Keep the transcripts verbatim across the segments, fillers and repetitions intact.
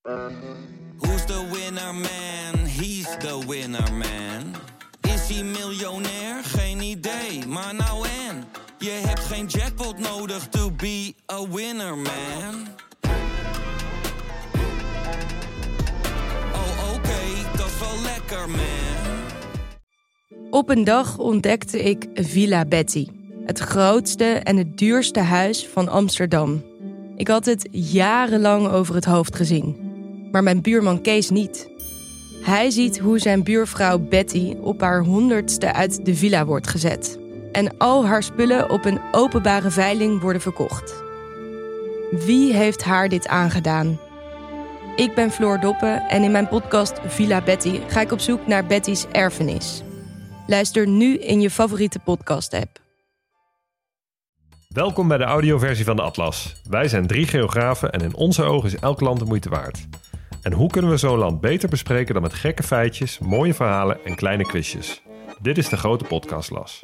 Who's the winner man? He's the winner man. Is hij miljonair? Geen idee, maar nou en. Je hebt geen jackpot nodig to be a winner man. Oh oké, okay, dat is wel lekker man. Op een dag ontdekte ik Villa Betty. Het grootste en het duurste huis van Amsterdam. Ik had het jarenlang over het hoofd gezien. Maar mijn buurman Kees niet. Hij ziet hoe zijn buurvrouw Betty op haar honderdste uit de villa wordt gezet. En al haar spullen op een openbare veiling worden verkocht. Wie heeft haar dit aangedaan? Ik ben Floor Doppen en in mijn podcast Villa Betty ga ik op zoek naar Betty's erfenis. Luister nu in je favoriete podcast-app. Welkom bij de audioversie van de Atlas. Wij zijn drie geografen en in onze ogen is elk land de moeite waard. En hoe kunnen we zo'n land beter bespreken dan met gekke feitjes, mooie verhalen en kleine quizjes? Dit is de grote podcastlas.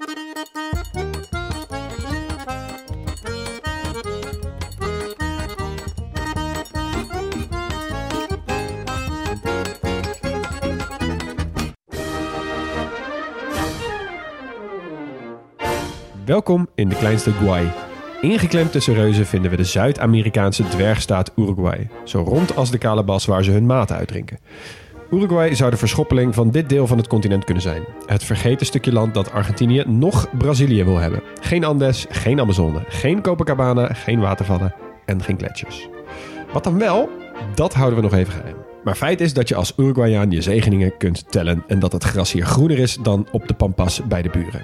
Welkom in de kleinste Guay. Ingeklemd tussen reuzen vinden we de Zuid-Amerikaanse dwergstaat Uruguay. Zo rond als de Calabas waar ze hun maat uitdrinken. Uruguay zou de verschoppeling van dit deel van het continent kunnen zijn. Het vergeten stukje land dat Argentinië nog Brazilië wil hebben. Geen Andes, geen Amazone, geen Copacabana, geen watervallen en geen gletsjers. Wat dan wel, dat houden we nog even geheim. Maar feit is dat je als Uruguayaan je zegeningen kunt tellen en dat het gras hier groener is dan op de Pampas bij de buren.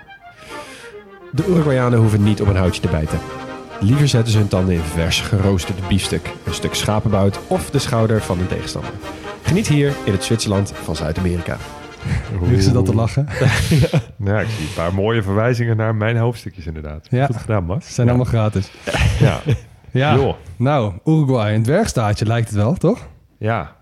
De Uruguayanen hoeven niet op een houtje te bijten. Liever zetten ze hun tanden in vers geroosterde biefstuk, een stuk schapenbout of de schouder van een tegenstander. Geniet hier in het Zwitserland van Zuid-Amerika. Hoe is dat te lachen? ja. Nou, ik zie een paar mooie verwijzingen naar mijn hoofdstukjes inderdaad. Ja. Goed gedaan, Max. Ze zijn ja. allemaal gratis. ja. ja. Joh. Nou, Uruguay, een dwergstaatje lijkt het wel, toch? Ja.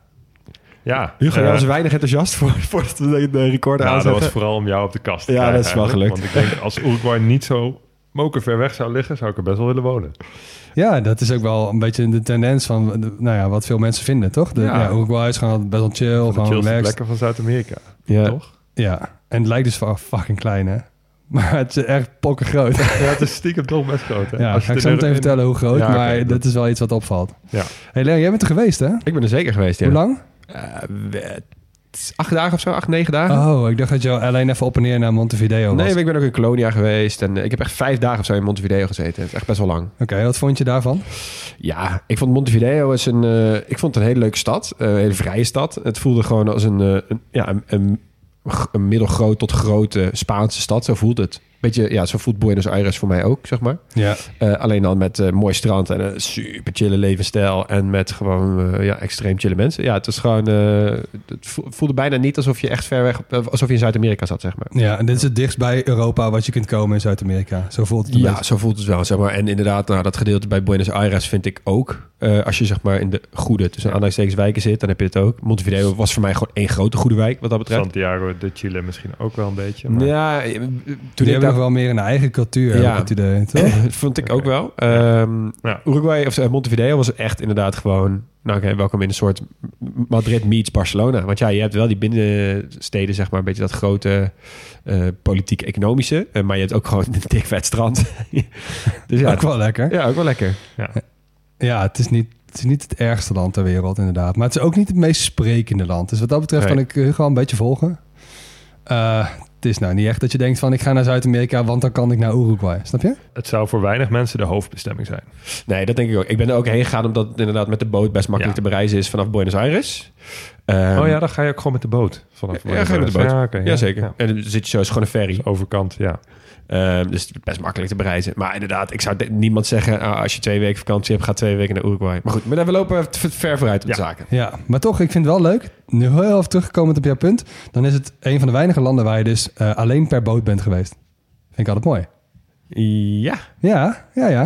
Ja. Hugo, jij uh, was weinig enthousiast voor, voordat we de recorder nou, aanzetten. dat was vooral om jou op de kast te Ja, krijgen, dat is wel eigenlijk. gelukt. Want ik denk, als Uruguay niet zo moker ver weg zou liggen, zou ik er best wel willen wonen. Ja, dat is ook wel een beetje de tendens van nou ja, wat veel mensen vinden, toch? De, Ja. ja, Uruguay is gewoon best wel chill, Van de gewoon chillste relaxed. plekken van Zuid-Amerika. Ja. Toch? Ja, en het lijkt dus wel fucking klein, hè? Maar het is echt pokkengroot. Ja, het is stiekem toch best groot, hè? Ja, Als ga je ik zo er meteen in- vertellen hoe groot, Ja, oké, maar dat- dat is wel iets wat opvalt. Ja. Hey Leon, jij bent er geweest, hè? Ik ben er zeker geweest, ja. Hoe lang? Uh, we- acht dagen of zo, acht, negen dagen. Oh, ik dacht dat je alleen even op en neer naar Montevideo was. Nee, Oké, maar ik ben ook in Colonia geweest. En uh, ik heb echt vijf dagen of zo in Montevideo gezeten. Het is echt best wel lang. wat vond je daarvan? Ja, ik vond Montevideo is een, uh, ik vond het een hele leuke stad. Uh, een hele vrije stad. Het voelde gewoon als een, uh, een, ja, een, een, een middelgroot tot grote Spaanse stad. Zo voelt het. Beetje, ja, zo voelt Buenos Aires voor mij ook, zeg maar. Ja. Uh, alleen dan met uh, mooi strand en een super chille levensstijl. En met gewoon uh, ja, extreem chille mensen. Ja, het was gewoon... Uh, het voelde bijna niet alsof je echt ver weg... Alsof je in Zuid-Amerika zat, zeg maar. Ja, en dit is het dichtst bij Europa wat je kunt komen in Zuid-Amerika. Zo voelt het een Ja, beetje. zo voelt het wel, zeg maar. En inderdaad, nou, dat gedeelte bij Buenos Aires vind ik ook. Uh, als je zeg maar in de goede, tussen aanhalingstekens wijken zit, dan heb je het ook. Montevideo was voor mij gewoon één grote goede wijk, wat dat betreft. Santiago de Chile misschien ook wel een beetje. Maar... Ja, toen Die ik hebben daar... nog wel meer een eigen cultuur, Ja. heb ik het idee, toch? vond ik Oké. ook wel. Um, Ja. Uruguay of uh, Montevideo was echt inderdaad gewoon... Nou oké, welkom in een soort Madrid meets Barcelona. Want ja, je hebt wel die binnensteden, zeg maar, een beetje dat grote uh, politiek-economische. Uh, maar je hebt ook gewoon een dik vet strand. dus ja, Ook wel lekker. ja, ook wel lekker. Ja, het is, niet, het is niet het ergste land ter wereld, inderdaad. Maar het is ook niet het meest sprekende land. Dus wat dat betreft Nee. kan ik Hugo een beetje volgen. Uh, het is nou niet echt dat je denkt van ik ga naar Zuid-Amerika, want dan kan ik naar Uruguay. Snap je? Het zou voor weinig mensen de hoofdbestemming zijn. Nee, dat denk ik ook. Ik ben er ook heen gegaan omdat het inderdaad met de boot best makkelijk Ja. te bereizen is vanaf Buenos Aires. Um, oh ja, dan ga je ook gewoon met de boot. Vanaf ja, ga je met de boot. Ja, okay, ja. Jazeker. Ja. En dan zit je zo, is gewoon een ferry. Dus overkant, ja. Um, dus het is best makkelijk te bereizen. Maar inderdaad, ik zou de- niemand zeggen... ah, als je twee weken vakantie hebt, ga twee weken naar Uruguay. Maar goed, maar we lopen t- ver vooruit op de Ja. zaken. Ja, maar toch, ik vind het wel leuk. Nu heel even teruggekomen op jouw punt. Dan is het een van de weinige landen waar je dus uh, alleen per boot bent geweest. Vind ik altijd mooi. Ja. Ja, ja, ja. Ja.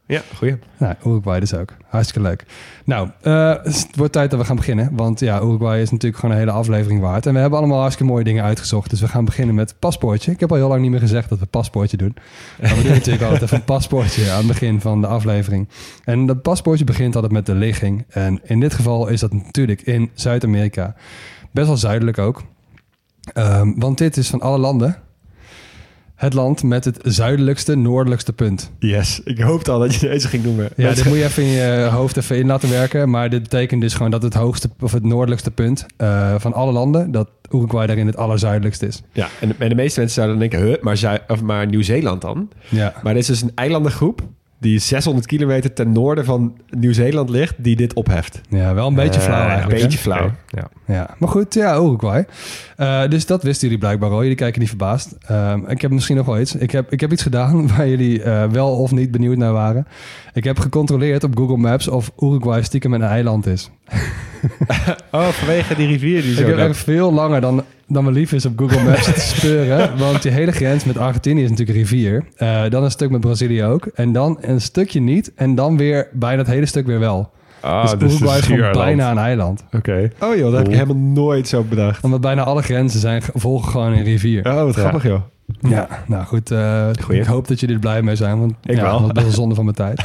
Ja, goeie. Nou, Uruguay dus ook. Hartstikke leuk. Nou, uh, het wordt tijd dat we gaan beginnen. Want ja, Uruguay is natuurlijk gewoon een hele aflevering waard. En we hebben allemaal hartstikke mooie dingen uitgezocht. Dus we gaan beginnen met paspoortje. Ik heb al heel lang niet meer gezegd dat we paspoortje doen. Maar we doen natuurlijk altijd even een paspoortje aan het begin van de aflevering. En dat paspoortje begint altijd met de ligging. En in dit geval is dat natuurlijk in Zuid-Amerika. Best wel zuidelijk ook. Um, want dit is van alle landen het land met het zuidelijkste, noordelijkste punt. Yes, ik hoopte al dat je deze ging noemen. Ja, dit moet je even in je hoofd even in laten werken. Maar dit betekent dus gewoon dat het hoogste of het noordelijkste punt uh, van alle landen, dat Uruguay daarin het allerzuidelijkst is. Ja, en, en de meeste mensen zouden dan denken, huh, maar, Zuid- of maar Nieuw-Zeeland dan? Ja. Maar dit is dus een eilandengroep die zeshonderd kilometer ten noorden van Nieuw-Zeeland ligt, die dit opheft. Ja, wel een beetje flauw Uh, eigenlijk. Een beetje hè? flauw. Okay. Ja. Ja, maar goed, ja, Uruguay. Uh, dus dat wisten jullie blijkbaar al. Jullie kijken niet verbaasd. Um, ik heb misschien nog wel iets. Ik heb, ik heb iets gedaan waar jullie uh, wel of niet benieuwd naar waren. Ik heb gecontroleerd op Google Maps of Uruguay stiekem een eiland is. Oh, vanwege die rivier die zo Ik heb loopt. echt veel langer dan, dan me lief is op Google Maps te speuren. Want die hele grens met Argentinië is natuurlijk een rivier. Uh, dan een stuk met Brazilië ook. En dan een stukje niet. En dan weer bijna het hele stuk weer wel. Ah, dus dus Uruguay het is gewoon schiereiland. bijna een eiland. Oké. Okay. Oh joh, dat heb ik helemaal nooit zo bedacht. Omdat bijna alle grenzen zijn ge- volgen gewoon een rivier. Oh, wat Ja. grappig joh. Ja, nou goed. Uh, Goeie. ik hoop dat jullie er blij mee zijn. Want Ik ja, wel. dat is best wel zonde van mijn tijd.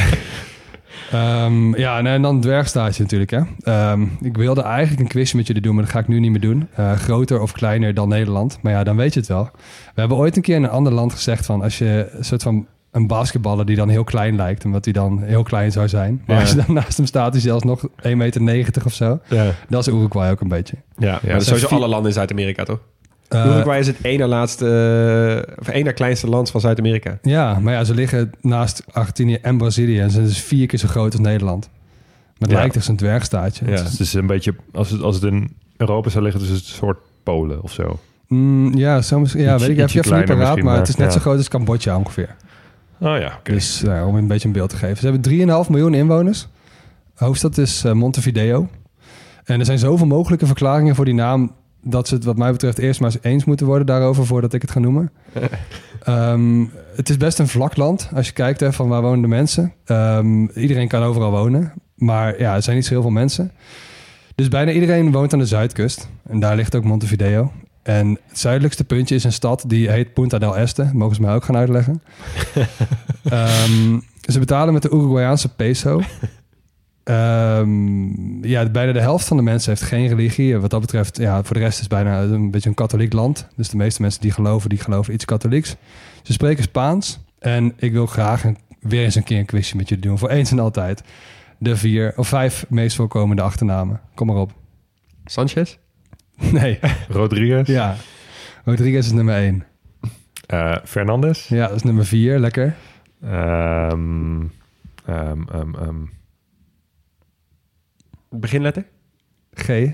um, ja, en dan dwergstaartje natuurlijk. Hè. Um, ik wilde eigenlijk een quizje met jullie doen, maar dat ga ik nu niet meer doen. Uh, groter of kleiner dan Nederland. Maar ja, dan weet je het wel. We hebben ooit een keer in een ander land gezegd van als je een soort van een basketballer die dan heel klein lijkt, omdat hij dan heel klein zou zijn. Maar Ja. als je dan naast hem staat, is hij zelfs nog één meter negentig of zo. Ja, Dat is Uruguay ook een beetje. ja. maar dat zijn is sowieso vier- alle landen in Zuid-Amerika, toch? Uh, Uruguay is het ene laatste, uh, of ene kleinste land van Zuid-Amerika. Ja, maar ja, ze liggen naast Argentinië en Brazilië. En ze zijn dus vier keer zo groot als Nederland. Maar het Ja. lijkt echt een dwergstaatje. Ja. Het Dus is- het is een beetje, als het, als het in Europa zou liggen, dus het is een soort Polen of zo. Mm, ja, soms, ja, Ietsje- weet ik. Heb ietsje je even niet kleiner paraat, misschien, maar het maar is net ja. zo groot als Cambodja ongeveer. Oh ja, oké. Dus uh, om een beetje een beeld te geven. Ze hebben drie komma vijf miljoen inwoners. De hoofdstad is uh, Montevideo. En er zijn zoveel mogelijke verklaringen voor die naam, dat ze het wat mij betreft eerst maar eens eens moeten worden daarover voordat ik het ga noemen. um, het is best een vlak land als je kijkt hè, van waar wonen de mensen. Um, iedereen kan overal wonen, maar ja, er zijn niet zo heel veel mensen. Dus bijna iedereen woont aan de zuidkust en daar ligt ook Montevideo. En het zuidelijkste puntje is een stad die heet Punta del Este. Mogen ze mij ook gaan uitleggen. um, ze betalen met de Uruguayaanse peso. Um, ja, bijna de helft van de mensen heeft geen religie. Wat dat betreft, ja, voor de rest is het bijna een beetje een katholiek land. Dus de meeste mensen die geloven, die geloven iets katholieks. Ze spreken Spaans. En ik wil graag een, weer eens een keer een quizje met jullie doen. Voor eens en altijd. De vier of vijf meest voorkomende achternamen. Kom maar op. Sanchez? Nee, Rodriguez, ja. Rodriguez is nummer één. uh, Fernandes, Ja, dat is nummer vier. Lekker. Ehm ehm ehm ehm, Beginletter? G.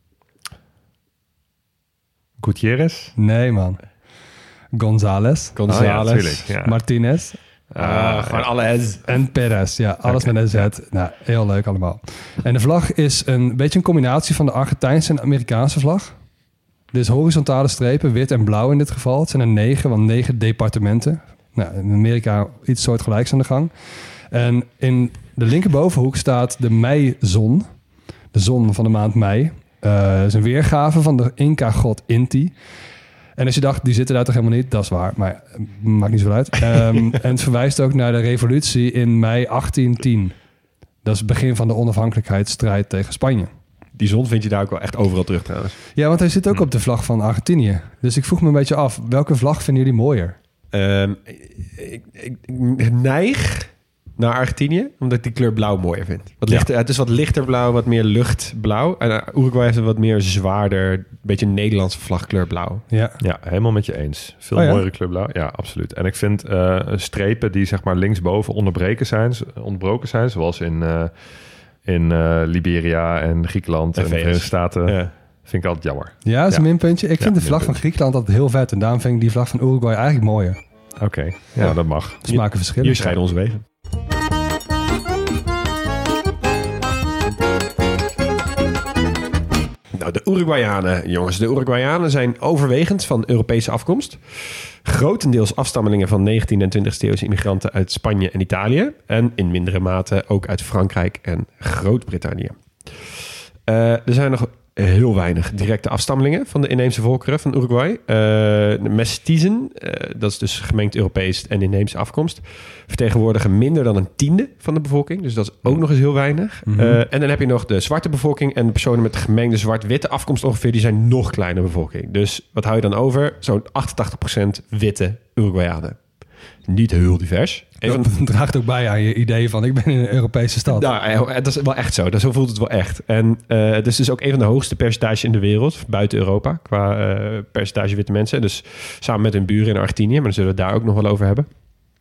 Gutierrez. Nee, man. González. González. Oh ja, tuurlijk, ja. Martinez. Ah, gewoon alle S. En Perez, ja, alles Oké, met een Z. ja. Nou, heel leuk allemaal. En de vlag is een beetje een combinatie van de Argentijnse en de Amerikaanse vlag. Dus horizontale strepen, wit en blauw in dit geval. Het zijn er negen, want negen departementen. Nou, in Amerika iets soortgelijks aan de gang. En in de linkerbovenhoek staat de meizon. De zon van de maand mei. Uh, dat is een weergave van de Inca-god Inti. En als je dacht, die zitten daar toch helemaal niet? Dat is waar, maar uh, maakt niet zoveel uit. Um, en het verwijst ook naar de revolutie in mei achttien tien. Dat is het begin van de onafhankelijkheidsstrijd tegen Spanje. Die zon vind je daar ook wel echt overal terug trouwens. Ja, want hij zit ook op de vlag van Argentinië. Dus ik vroeg me een beetje af, welke vlag vinden jullie mooier? Um, ik, ik, ik neig naar Argentinië, omdat ik die kleur blauw mooier vind. Wat Ja. lichter, het is wat lichter blauw, wat meer luchtblauw. En uh, Uruguay heeft een wat meer zwaarder, beetje Nederlandse vlagkleur blauw. Ja, Ja, helemaal met je eens. Veel Oh ja? mooiere kleur blauw. Ja, absoluut. En ik vind uh, strepen die zeg maar linksboven onderbreken zijn, ontbroken zijn, zoals in, uh, in uh, Liberia en Griekenland En en, de V S. Verenigde Staten, Ja. vind ik altijd jammer. ja dat is een Ja. minpuntje. Ik vind Ja, de vlag van minpunt. Griekenland altijd heel vet. En daarom vind ik die vlag van Uruguay eigenlijk mooier. Oké, okay. ja, Ja. dat mag. Smaken verschillen. Hier scheiden onze wegen. Nou, Nou, de Uruguayanen, jongens. De Uruguayanen zijn overwegend van Europese afkomst. Grotendeels afstammelingen van negentiende en twintigste eeuwse immigranten uit Spanje en Italië. En in mindere mate ook uit Frankrijk en Groot-Brittannië. Uh, er zijn nog heel weinig directe afstammelingen van de inheemse volkeren van Uruguay. Uh, de mestiezen, uh, dat is dus gemengd Europees en inheemse afkomst, vertegenwoordigen minder dan een tiende van de bevolking. Dus dat is ook nog eens heel weinig. Mm-hmm. Uh, en dan heb je nog de zwarte bevolking en de personen met gemengde zwart-witte afkomst ongeveer, die zijn nog kleiner bevolking. Dus wat hou je dan over? Zo'n achtentachtig procent witte Uruguayanen. Niet heel divers. Even... Dat draagt ook bij aan je idee van ik ben in een Europese stad. Nou, dat is wel echt zo. Zo voelt het wel echt. En uh, het is dus ook een van de hoogste percentages in de wereld, buiten Europa, qua uh, percentage witte mensen. Dus samen met hun buren in Argentinië, maar daar zullen we het daar ook nog wel over hebben.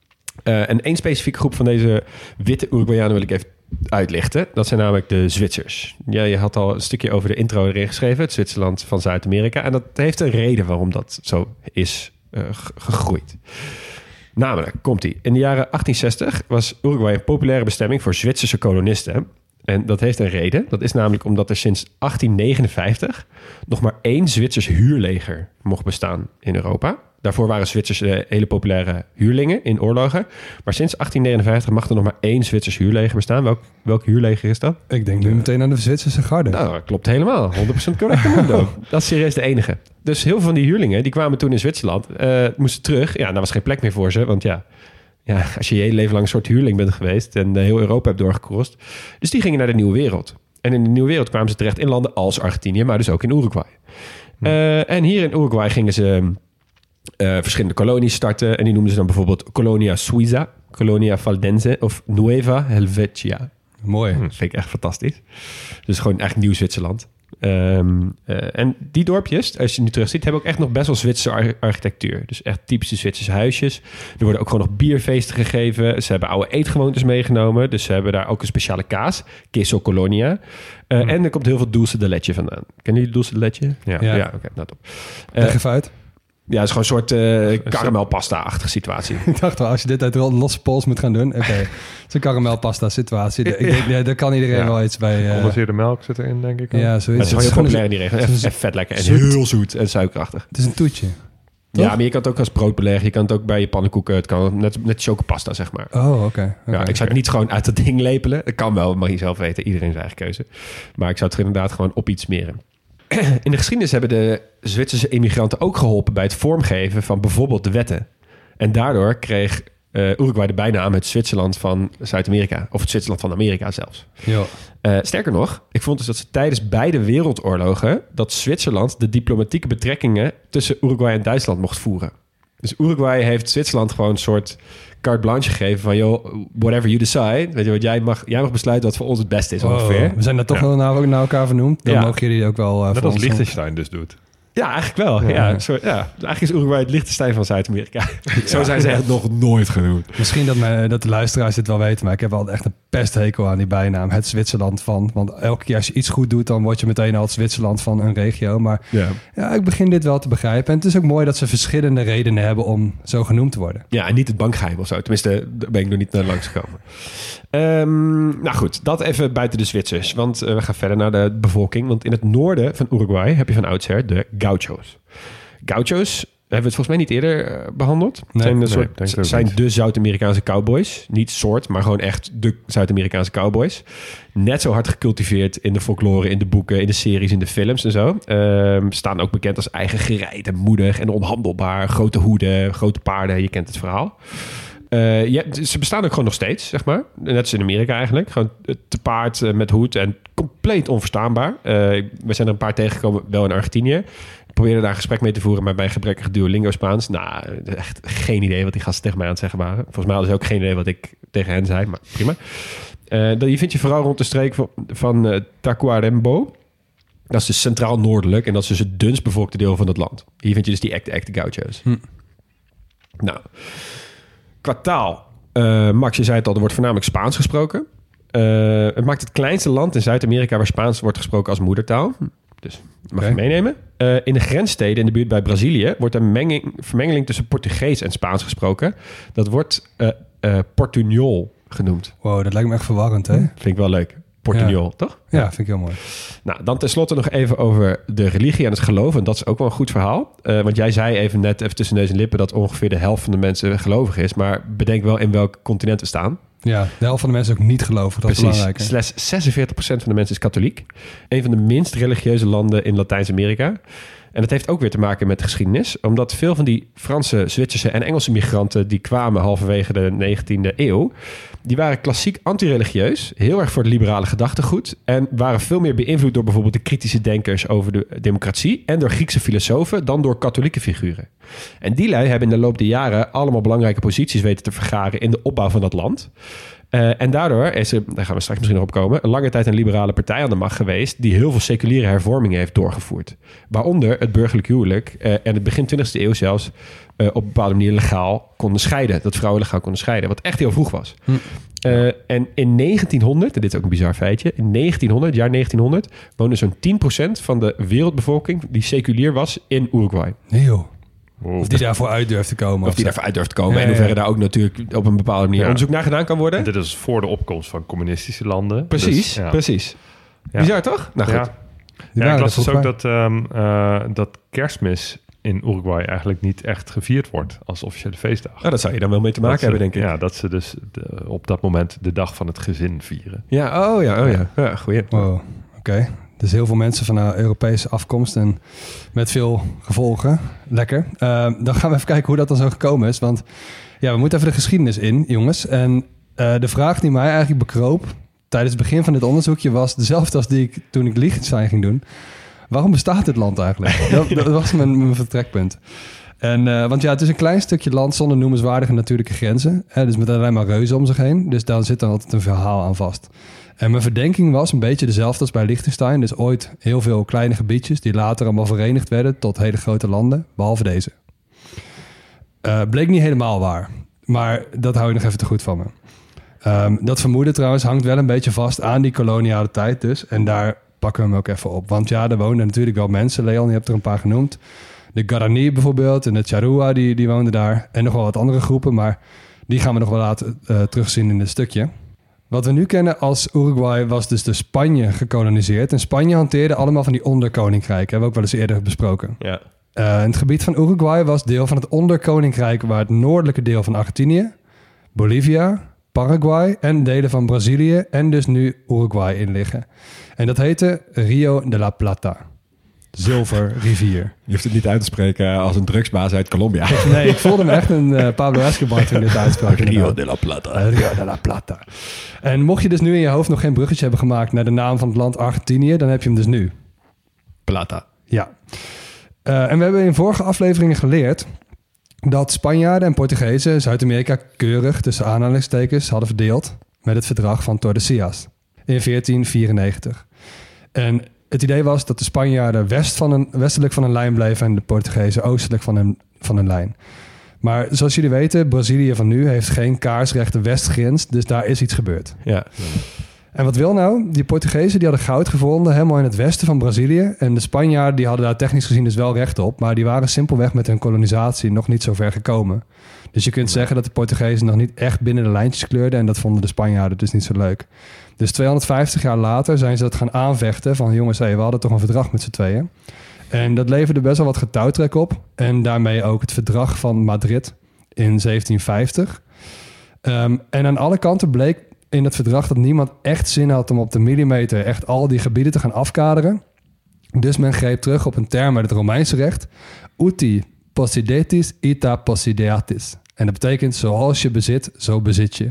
Uh, en één specifieke groep van deze witte Uruguayanen wil ik even uitlichten. Dat zijn namelijk de Zwitsers. Ja, je had al een stukje over de intro erin geschreven, het Zwitserland van Zuid-Amerika. En dat heeft een reden waarom dat zo is uh, gegroeid. Namelijk, komt-ie. In de jaren achttien zestig was Uruguay een populaire bestemming voor Zwitserse kolonisten. En dat heeft een reden. Dat is namelijk omdat er sinds achttien negenenvijftig nog maar één Zwitsers huurleger mocht bestaan in Europa. Daarvoor waren Zwitsers uh, hele populaire huurlingen in oorlogen. Maar sinds achttien negenenvijftig mag er nog maar één Zwitsers huurleger bestaan. Welk, welk huurleger is dat? Ik denk nu meteen aan de Zwitserse garde. Nou, dat klopt helemaal. honderd procent correct. Dat is serieus de enige. Dus heel veel van die huurlingen, die kwamen toen in Zwitserland, uh, moesten terug. Ja, daar was geen plek meer voor ze, want ja... Ja, als je je hele leven lang een soort huurling bent geweest en uh, heel Europa hebt doorgekrost. Dus die gingen naar de Nieuwe Wereld. En in de Nieuwe Wereld kwamen ze terecht in landen als Argentinië, maar dus ook in Uruguay. Hm. Uh, en hier in Uruguay gingen ze uh, verschillende kolonies starten. En die noemden ze dan bijvoorbeeld Colonia Suiza, Colonia Valdense of Nueva Helvetia. Mooi. Hm, dat vind ik echt fantastisch. Dus gewoon echt nieuw Zwitserland. Um, uh, en die dorpjes, als je nu terug ziet, hebben ook echt nog best wel Zwitserse ar- architectuur. Dus echt typische Zwitserse huisjes. Er worden ook gewoon nog bierfeesten gegeven. Ze hebben oude eetgewoontes meegenomen. Dus ze hebben daar ook een speciale kaas, queso colonia. Uh, mm. En er komt heel veel dulce de leche vandaan. Kennen jullie dulce de leche? Ja. Ja, ja oké, okay, nou top. Uh, Leg even uit. Ja, het is gewoon een soort uh, karamelpasta-achtige situatie. Ik dacht wel, als je dit uit losse pols moet gaan doen. Oké, okay. Het is een karamelpasta-situatie. Ik denk, ja, daar kan iedereen ja. wel iets bij... Uh... Condenseerde melk zit erin, denk ik. Ja, zoiets. Het is wel heel populair in die regio. Echt, echt vet lekker en zoet. Heel zoet en suikerachtig. Het is een toetje. Toch? Ja, maar je kan het ook als brood beleggen. Je kan het ook bij je pannenkoeken. Het kan net, net chocopasta, zeg maar. Oh, oké. Okay, okay. Ja, ik zou het niet gewoon uit dat ding lepelen. Dat kan wel, mag je zelf weten. Iedereen zijn eigen keuze. Maar ik zou het er inderdaad gewoon op iets smeren. In de geschiedenis hebben de Zwitserse immigranten ook geholpen bij het vormgeven van bijvoorbeeld de wetten. En daardoor kreeg uh, Uruguay de bijnaam het Zwitserland van Zuid-Amerika. Of het Zwitserland van Amerika zelfs. Ja. Uh, sterker nog, ik vond dus dat ze tijdens beide wereldoorlogen dat Zwitserland de diplomatieke betrekkingen tussen Uruguay en Duitsland mocht voeren. Dus Uruguay heeft Zwitserland gewoon een soort carte blanche gegeven van, joh, whatever you decide. Weet je wat, jij mag, jij mag besluiten wat voor ons het beste is ongeveer. Oh, we zijn daar toch wel ja. naar, naar elkaar vernoemd. Dan ja. mogen jullie ook wel... Uh, Net als Liechtenstein dus doet. Ja, eigenlijk wel. Ja, ja. Zo, ja. Eigenlijk is Uruguay het Liechtenstein van Zuid-Amerika. Ja. Zo zijn ze echt nog nooit genoemd. Misschien dat, mijn, dat de luisteraars dit wel weten, maar ik heb wel echt een pesthekel aan die bijnaam. Het Zwitserland van. Want elke keer als je iets goed doet, dan word je meteen al het Zwitserland van een regio. Maar ja. ja, ik begin dit wel te begrijpen. En het is ook mooi dat ze verschillende redenen hebben om zo genoemd te worden. Ja, en niet het bankgeheim of zo. Tenminste, daar ben ik nog niet naar langs gekomen. Um, nou goed, dat even buiten de Zwitsers. Want uh, we gaan verder naar de bevolking. Want in het noorden van Uruguay heb je van oudsher de Gauchos. Gauchos hebben we het volgens mij niet eerder uh, behandeld. Nee, zijn, nee, soort, zijn niet. de Zuid-Amerikaanse cowboys. Niet soort, maar gewoon echt de Zuid-Amerikaanse cowboys. Net zo hard gecultiveerd in de folklore, in de boeken, in de series, in de films en zo. Uh, staan ook bekend als eigen gereid en moedig en onhandelbaar. Grote hoeden, grote paarden, je kent het verhaal. Uh, ja, ze bestaan ook gewoon nog steeds, zeg maar. Net als in Amerika eigenlijk. Gewoon te paard uh, met hoed en compleet onverstaanbaar. Uh, we zijn er een paar tegengekomen, wel in Argentinië. Ik probeerde daar een gesprek mee te voeren, maar bij gebrekkig Duolingo Spaans. Nou, echt geen idee wat die gasten tegen mij aan het zeggen waren. Volgens mij hadden ze ook geen idee wat ik tegen hen zei, maar prima. Uh, die vind je vooral rond de streek van, van uh, Tacuarembó. Dat is dus centraal noordelijk en dat is dus het dunst bevolkte deel van het land. Hier vind je dus die echte, echte gauchos. Hm. Nou... Qua taal, uh, Max, je zei het al, er wordt voornamelijk Spaans gesproken. Uh, het maakt het kleinste land in Zuid-Amerika waar Spaans wordt gesproken als moedertaal. Dus mag okay. je meenemen. Uh, in de grenssteden in de buurt bij Brazilië wordt een menging, vermengeling tussen Portugees en Spaans gesproken. Dat wordt uh, uh, Portuñol genoemd. Wow, dat lijkt me echt verwarrend, hè? Vind ik wel leuk. Portugnol, Ja. toch? Ja, vind ik heel mooi. Nou, dan tenslotte nog even over de religie en het geloof. En dat is ook wel een goed verhaal. Uh, want jij zei even net even tussen neus en lippen dat ongeveer de helft van de mensen gelovig is. Maar bedenk wel in welk continent we staan. Ja, de helft van de mensen ook niet geloven. Dat is belangrijk. Slechts zesenveertig procent van de mensen is katholiek. Een van de minst religieuze landen in Latijns-Amerika. En dat heeft ook weer te maken met de geschiedenis. Omdat veel van die Franse, Zwitserse en Engelse migranten... die kwamen halverwege de negentiende eeuw... die waren klassiek anti-religieus. Heel erg voor het liberale gedachtegoed. En waren veel meer beïnvloed door bijvoorbeeld de kritische denkers... over de democratie en door Griekse filosofen... dan door katholieke figuren. En die lui hebben in de loop der jaren... allemaal belangrijke posities weten te vergaren... in de opbouw van dat land... Uh, en daardoor is er, daar gaan we straks misschien nog op komen... een lange tijd een liberale partij aan de macht geweest... die heel veel seculiere hervormingen heeft doorgevoerd. Waaronder het burgerlijk huwelijk... Uh, en het begin twintigste eeuw zelfs... Uh, op een bepaalde manier legaal konden scheiden. Dat vrouwen legaal konden scheiden. Wat echt heel vroeg was. Hm. Uh, en in negentienhonderd, en dit is ook een bizar feitje... in negentienhonderd, jaar negentienhonderd... woonde zo'n tien procent van de wereldbevolking... die seculier was in Uruguay. Nee joh. Wow. Of die daarvoor uit durft te komen. Of, of die daarvoor uit durft te komen. Ja, en in hoeverre ja. daar ook natuurlijk op een bepaalde manier ja. onderzoek naar gedaan kan worden. En dit is voor de opkomst van communistische landen. Precies, dus, ja. precies. Ja. Bizar toch? Nou goed. Ja, ja ik las dus ook dat, um, uh, dat kerstmis in Uruguay eigenlijk niet echt gevierd wordt als officiële feestdag. Nou, dat zou je dan wel mee te maken ze, hebben, denk ik. Ja, dat ze dus de, op dat moment de dag van het gezin vieren. Ja, oh ja, oh ja. ja goeie. Wow, oké. Okay. Dus heel veel mensen van uh, Europese afkomst en met veel gevolgen. Lekker. Uh, dan gaan we even kijken hoe dat dan zo gekomen is. Want ja, we moeten even de geschiedenis in, jongens. En uh, de vraag die mij eigenlijk bekroop tijdens het begin van dit onderzoekje was dezelfde als die ik toen ik Liechtenstein ging doen. Waarom bestaat dit land eigenlijk? dat, dat was mijn, mijn vertrekpunt. En, uh, want ja, het is een klein stukje land zonder noemenswaardige natuurlijke grenzen. Hè, dus met alleen maar reuzen om zich heen. Dus daar zit dan altijd een verhaal aan vast. En mijn verdenking was een beetje dezelfde als bij Liechtenstein. Dus ooit heel veel kleine gebiedjes die later allemaal verenigd werden tot hele grote landen, behalve deze. Uh, bleek niet helemaal waar, maar dat hou ik nog even te goed van me. Um, dat vermoeden trouwens hangt wel een beetje vast aan die koloniale tijd dus. En daar pakken we hem ook even op. Want ja, er woonden natuurlijk wel mensen, Leon, je hebt er een paar genoemd. De Guarani bijvoorbeeld en de Charrua, die, die woonden daar. En nog wel wat andere groepen, maar die gaan we nog wel later uh, terugzien in dit stukje. Wat we nu kennen als Uruguay was dus door Spanje gekoloniseerd. En Spanje hanteerde allemaal van die onderkoninkrijken. Hebben we ook wel eens eerder besproken. Ja. Uh, het gebied van Uruguay was deel van het onderkoninkrijk... waar het noordelijke deel van Argentinië, Bolivia, Paraguay... en delen van Brazilië en dus nu Uruguay in liggen. En dat heette Rio de la Plata. Zilverrivier. Je hoeft het niet uit te spreken als een drugsbaas uit Colombia. Nee, ik voelde me echt een uh, Pablo Escobar toen dit uitsprak. Rio de la Plata. Uh, Rio de la Plata. En mocht je dus nu in je hoofd nog geen bruggetje hebben gemaakt... naar de naam van het land Argentinië, dan heb je hem dus nu. Plata. Ja. Uh, en we hebben in vorige afleveringen geleerd... dat Spanjaarden en Portugezen Zuid-Amerika keurig... tussen aanhalingstekens hadden verdeeld... met het verdrag van Tordesillas in veertien vierennegentig. En... het idee was dat de Spanjaarden west van een, westelijk van een lijn bleven... en de Portugezen oostelijk van een, van een lijn. Maar zoals jullie weten, Brazilië van nu heeft geen kaarsrechte westgrens... dus daar is iets gebeurd. Ja. En wat wil nou? Die Portugezen die hadden goud gevonden helemaal in het westen van Brazilië... en de Spanjaarden die hadden daar technisch gezien dus wel recht op... maar die waren simpelweg met hun kolonisatie nog niet zo ver gekomen. Dus je kunt zeggen dat de Portugezen nog niet echt binnen de lijntjes kleurden... en dat vonden de Spanjaarden dus niet zo leuk. Dus tweehonderdvijftig jaar later zijn ze dat gaan aanvechten... van jongens, hey, we hadden toch een verdrag met z'n tweeën. En dat leverde best wel wat getouwtrek op. En daarmee ook het verdrag van Madrid in zeventien vijftig. Um, en aan alle kanten bleek in het verdrag dat niemand echt zin had... om op de millimeter echt al die gebieden te gaan afkaderen. Dus men greep terug op een term uit het Romeinse recht. Uti possidetis ita possideatis. En dat betekent zoals je bezit, zo bezit je.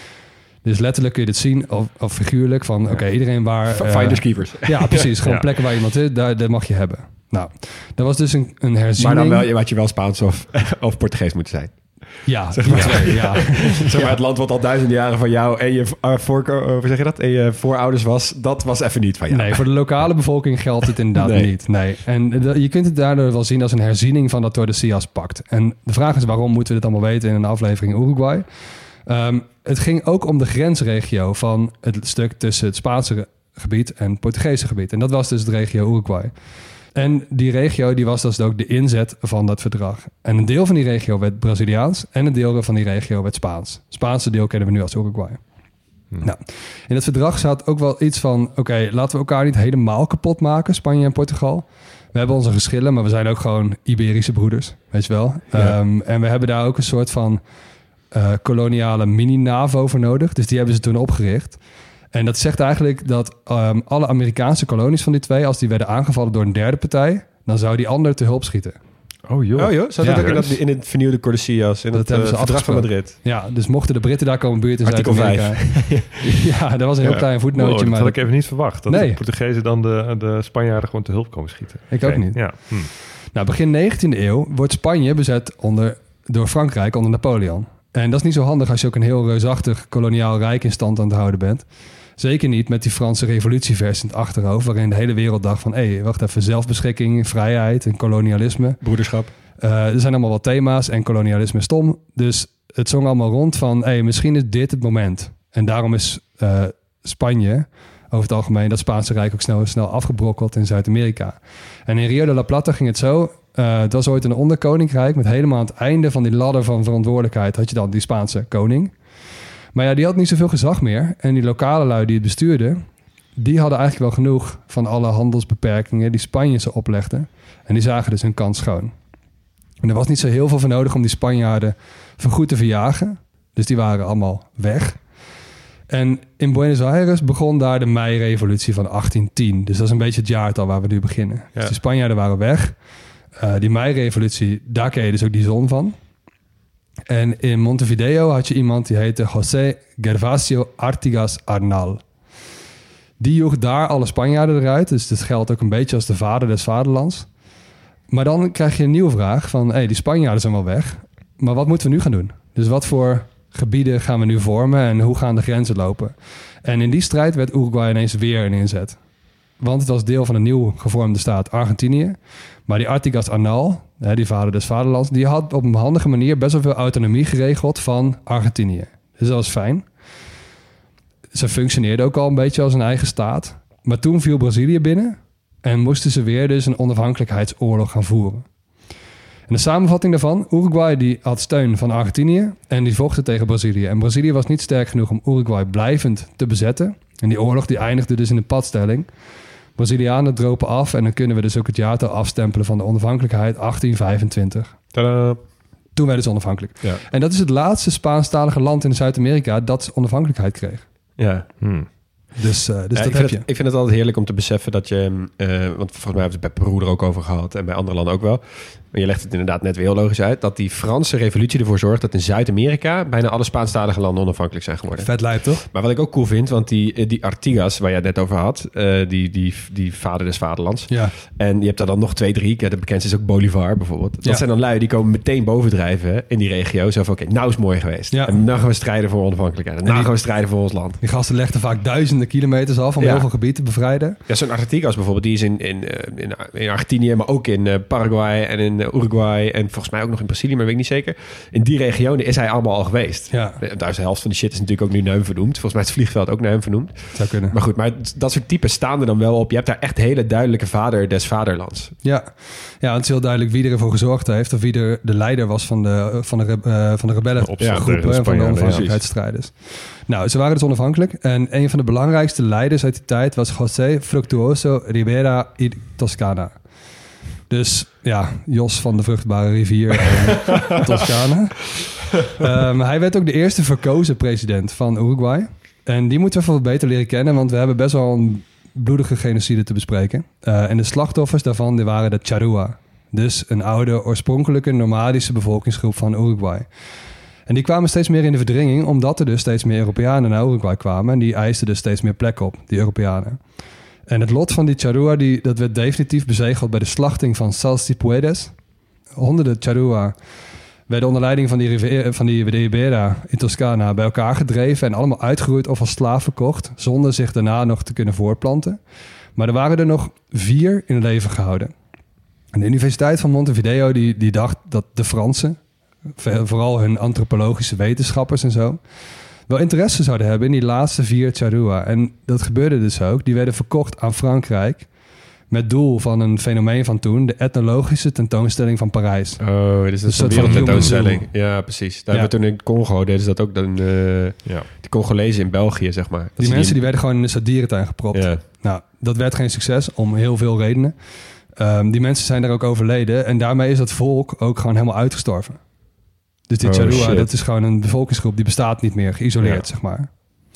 Dus letterlijk kun je dit zien, of, of figuurlijk, van oké, okay, iedereen waar... Finders keepers. Uh, ja, precies. Gewoon ja. plekken waar iemand is, daar, daar mag je hebben. Nou, dat was dus een, een herziening. Maar dan wel, had je wel Spaans of, of Portugees moeten zijn. Ja, zeg maar. Ja. ja. zeg maar, het land wat al duizenden jaren van jou en je, uh, voor, uh, hoe zeg je dat? En je voorouders was, dat was even niet van jou. Nee, voor de lokale bevolking geldt het inderdaad nee. niet. Nee. En de, je kunt het daardoor wel zien als een herziening van dat Tordesillas pact. En de vraag is, waarom moeten we dit allemaal weten in een aflevering Uruguay? Um, het ging ook om de grensregio van het stuk tussen het Spaanse gebied en het Portugese gebied. En dat was dus de regio Uruguay. En die regio die was dus ook de inzet van dat verdrag. En een deel van die regio werd Braziliaans en een deel van die regio werd Spaans. Het Spaanse deel kennen we nu als Uruguay. Hm. Nou, in het verdrag staat ook wel iets van... oké, okay, laten we elkaar niet helemaal kapot maken, Spanje en Portugal. We hebben onze geschillen, maar we zijn ook gewoon Iberische broeders, weet je wel. Ja. Um, en we hebben daar ook een soort van uh, koloniale mini-NAVO voor nodig. Dus die hebben ze toen opgericht. En dat zegt eigenlijk dat um, alle Amerikaanse kolonies van die twee... als die werden aangevallen door een derde partij... dan zou die ander te hulp schieten. Oh joh. Oh joh. Zat ja. dat ook in, dat, in het vernieuwde Cordesias, in dat het hebben uh, ze verdrag van Madrid? Ja, dus mochten de Britten daar komen buurten in Artikel Zuid-Amerika... ja, dat was een heel ja. klein voetnootje. Wow, dat maar had dat... ik even niet verwacht. Dat nee. de Portugezen dan de, de Spanjaarden gewoon te hulp komen schieten. Ik okay. ook niet. Ja. Hm. Nou, begin negentiende eeuw wordt Spanje bezet onder, door Frankrijk onder Napoleon. En dat is niet zo handig als je ook een heel reusachtig koloniaal rijk in stand aan het houden bent. Zeker niet met die Franse revolutieversie in het achterhoofd... waarin de hele wereld dacht van... hé, hey, wacht even, zelfbeschikking, vrijheid en kolonialisme. Broederschap. Uh, er zijn allemaal wat thema's en kolonialisme is stom. Dus het zong allemaal rond van... hé, hey, misschien is dit het moment. En daarom is uh, Spanje... over het algemeen dat Spaanse Rijk ook snel, snel afgebrokkeld in Zuid-Amerika. En in Rio de la Plata ging het zo... Uh, het was ooit een onderkoninkrijk... met helemaal aan het einde van die ladder van verantwoordelijkheid... had je dan die Spaanse koning... Maar ja, die had niet zoveel gezag meer. En die lokale lui die het bestuurden... die hadden eigenlijk wel genoeg van alle handelsbeperkingen... die Spanje ze oplegden. En die zagen dus hun kans schoon. En er was niet zo heel veel voor nodig om die Spanjaarden voorgoed te verjagen. Dus die waren allemaal weg. En in Buenos Aires begon daar de meirevolutie van achttien tien. Dus dat is een beetje het jaartal waar we nu beginnen. Ja. Dus die Spanjaarden waren weg. Uh, die meirevolutie, daar kreeg je dus ook die zon van... En in Montevideo had je iemand die heette José Gervasio Artigas Arnal. Die joeg daar alle Spanjaarden eruit. Dus dat geldt ook een beetje als de vader des vaderlands. Maar dan krijg je een nieuwe vraag van... hé, hey, die Spanjaarden zijn wel weg. Maar wat moeten we nu gaan doen? Dus wat voor gebieden gaan we nu vormen... en hoe gaan de grenzen lopen? En in die strijd werd Uruguay ineens weer een inzet. Want het was deel van een nieuw gevormde staat Argentinië. Maar die Artigas Arnal, die vader des vaderlands... die had op een handige manier best wel veel autonomie geregeld van Argentinië. Dus dat was fijn. Ze functioneerde ook al een beetje als een eigen staat. Maar toen viel Brazilië binnen... en moesten ze weer dus een onafhankelijkheidsoorlog gaan voeren. En de samenvatting daarvan... Uruguay die had steun van Argentinië... en die vochten tegen Brazilië. En Brazilië was niet sterk genoeg om Uruguay blijvend te bezetten. En die oorlog die eindigde dus in een padstelling... Brazilianen dropen af en dan kunnen we dus ook het jaartal afstempelen van de onafhankelijkheid achttien vijfentwintig. Tadaa. Toen werden ze onafhankelijk. Ja. En dat is het laatste Spaanstalige land in Zuid-Amerika dat onafhankelijkheid kreeg. Ja. Hmm. Dus, uh, dus ja, dat ik heb vind je. Het, ik vind het altijd heerlijk om te beseffen dat je... Uh, want volgens mij hebben we het bij Peru er ook over gehad... en bij andere landen ook wel. Maar je legt het inderdaad net weer heel logisch uit... dat die Franse revolutie ervoor zorgt dat in Zuid-Amerika... bijna alle Spaanstalige landen onafhankelijk zijn geworden. Vet lijp, toch? Maar wat ik ook cool vind... want die, die Artigas, waar jij het net over had... Uh, die, die, die vader des vaderlands... Ja. en je hebt daar dan nog twee, drie... Ja, de bekendste is ook Bolivar bijvoorbeeld. Dat ja. zijn dan lui die komen meteen bovendrijven in die regio. Zo van, oké, okay, nou is het mooi geweest. Ja. En nu gaan we strijden voor onafhankelijkheid. En nu gaan we strijden voor ons land. Die gasten legden vaak duizenden kilometers af... om ja. heel veel gebied te bevrijden. Ja, zo'n Artigas bijvoorbeeld... die is in, in, in, in Argentinië... maar ook in Paraguay en in Uruguay... en volgens mij ook nog in Brazilië, maar weet ik niet zeker. In die regionen is hij allemaal al geweest. Ja. Daar is de helft van die shit is natuurlijk ook nu naar hem vernoemd. Volgens mij is het vliegveld ook naar hem vernoemd. Zou kunnen. Maar goed, maar dat soort types staan er dan wel op. Je hebt daar echt hele duidelijke vader des vaderlands. Ja, ja, het is heel duidelijk wie ervoor gezorgd heeft... of wie de, de leider was van de, van de, uh, van de rebellengroepen... Ja, van de onafhankelijkheidsstrijders. Nou, ze waren dus onafhankelijk. En een van de belangrijkste leiders uit die tijd... was José Fructuoso Rivera y Toscana. Dus ja, Jos van de vruchtbare rivier in Toscane. Um, hij werd ook de eerste verkozen president van Uruguay. En die moeten we even wat beter leren kennen... want we hebben best wel een bloedige genocide te bespreken. Uh, en de slachtoffers daarvan die waren de Charrúa. Dus een oude, oorspronkelijke, nomadische bevolkingsgroep van Uruguay. En die kwamen steeds meer in de verdringing... omdat er dus steeds meer Europeanen naar Uruguay kwamen... en die eisten dus steeds meer plek op, die Europeanen. En het lot van die Charrúa, die, dat werd definitief bezegeld bij de slachting van Salsipuedes. Honderden Charrúa werden onder leiding van die, Rivera, van die Ribera in Toscana bij elkaar gedreven... en allemaal uitgeroeid of als slaaf verkocht... zonder zich daarna nog te kunnen voortplanten. Maar er waren er nog vier in leven gehouden. En de Universiteit van Montevideo die, die dacht dat de Fransen... vooral hun antropologische wetenschappers en zo... wel interesse zouden hebben in die laatste vier Charrúa. En dat gebeurde dus ook. Die werden verkocht aan Frankrijk... met doel van een fenomeen van toen, de etnologische tentoonstelling van Parijs. Oh, dit is een Dus soort soort van wereldtentoonstelling. Ja, precies. Daar Ja. hebben we toen in Congo, deden ze dat ook dan, uh, Ja. de Congolezen in België, zeg maar. Dat Die ze mensen die werden gewoon in de sadierentuin gepropt. Ja. Nou, dat werd geen succes om heel veel redenen. Um, die mensen zijn daar ook overleden. En daarmee is dat volk ook gewoon helemaal uitgestorven. Dus die Oh, Charrua, shit. dat is gewoon een bevolkingsgroep die bestaat niet meer, geïsoleerd, Ja. zeg maar.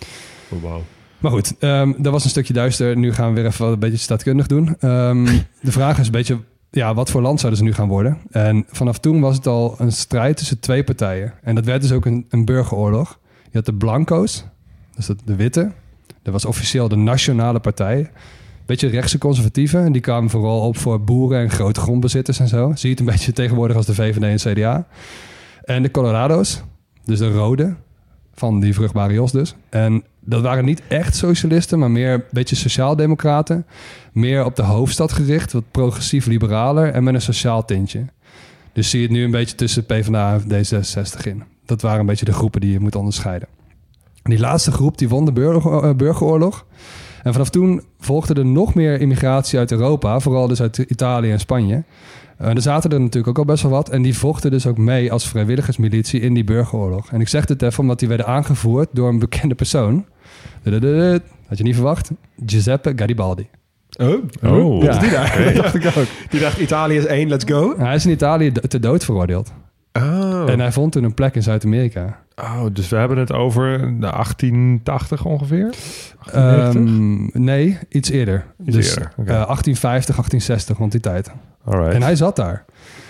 Oh, wauw. Maar goed, um, dat was een stukje duister. Nu gaan we weer even wat een beetje staatkundig doen. Um, de vraag is een beetje, ja, wat voor land zouden ze nu gaan worden? En vanaf toen was het al een strijd tussen twee partijen. En dat werd dus ook een, een burgeroorlog. Je had de Blanco's, dus dat de witte. Dat was officieel de Nationale Partij. Beetje rechtse conservatieven. En die kwamen vooral op voor boeren en grote grondbezitters en zo. Zie je het een beetje tegenwoordig als de V V D en C D A. En de Colorado's, dus de rode, van die vruchtbare jos dus. En dat waren niet echt socialisten, maar meer een beetje sociaaldemocraten. Meer op de hoofdstad gericht, wat progressief-liberaler en met een sociaal tintje. Dus zie je het nu een beetje tussen PvdA en D zesenzestig in. Dat waren een beetje de groepen die je moet onderscheiden. En die laatste groep die won de burger, uh, burgeroorlog. En vanaf toen volgde er nog meer immigratie uit Europa, vooral dus uit Italië en Spanje. Uh, er zaten er natuurlijk ook al best wel wat. En die vochten dus ook mee als vrijwilligersmilitie in die burgeroorlog. En ik zeg dit even omdat die werden aangevoerd door een bekende persoon. Dudududud. Had je niet verwacht? Giuseppe Garibaldi. Oh, Oh, ja. Die, daar. Oké. Dat dacht ik ook. Die dacht, Italië is één, let's go. Hij is in Italië do- ter dood veroordeeld. Oh. En hij vond toen een plek in Zuid-Amerika. Oh, dus we hebben het over de achttien tachtig ongeveer? achtiennegentig? Um, nee, iets eerder. Iets dus eerder, oké. uh, achttien vijftig, achttien zestig rond die tijd. Alright. En hij zat daar.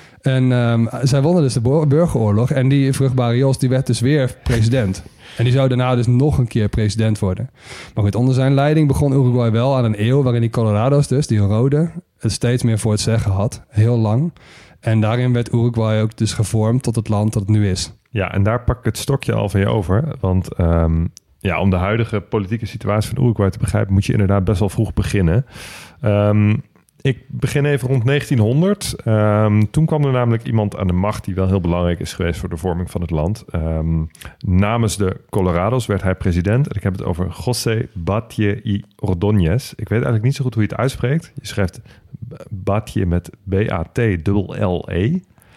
En um, zij wonnen dus de bo- burgeroorlog. En die vruchtbare Jos, die werd dus weer president. En die zou daarna dus nog een keer president worden. Maar goed, onder zijn leiding begon Uruguay wel aan een eeuw... waarin die Colorado's dus, die rode, het steeds meer voor het zeggen had. Heel lang. En daarin werd Uruguay ook dus gevormd tot het land dat het nu is. Ja, en daar pak ik het stokje al van je over. Want um, ja, om de huidige politieke situatie van Uruguay te begrijpen... moet je inderdaad best wel vroeg beginnen. Um, ik begin even rond negentienhonderd. Um, toen kwam er namelijk iemand aan de macht... die wel heel belangrijk is geweest voor de vorming van het land. Um, namens de Colorado's werd hij president. En ik heb het over José Batlle y Ordóñez. Ik weet eigenlijk niet zo goed hoe je het uitspreekt. Je schrijft Batlle met B A T L L E.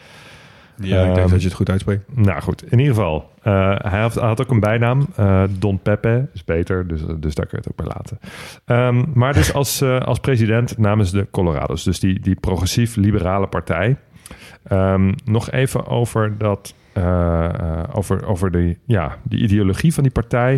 Ja, ik denk Um, dat je het goed uitspreekt. Nou goed, in ieder geval. Uh, hij, had, hij had ook een bijnaam. Uh, Don Pepe is beter, dus, dus daar kun je het ook bij laten. Um, maar dus als, uh, als president namens de Colorado's. Dus die, die progressief-liberale partij. Um, nog even over, dat, uh, uh, over, over de, ja, die ideologie van die partij.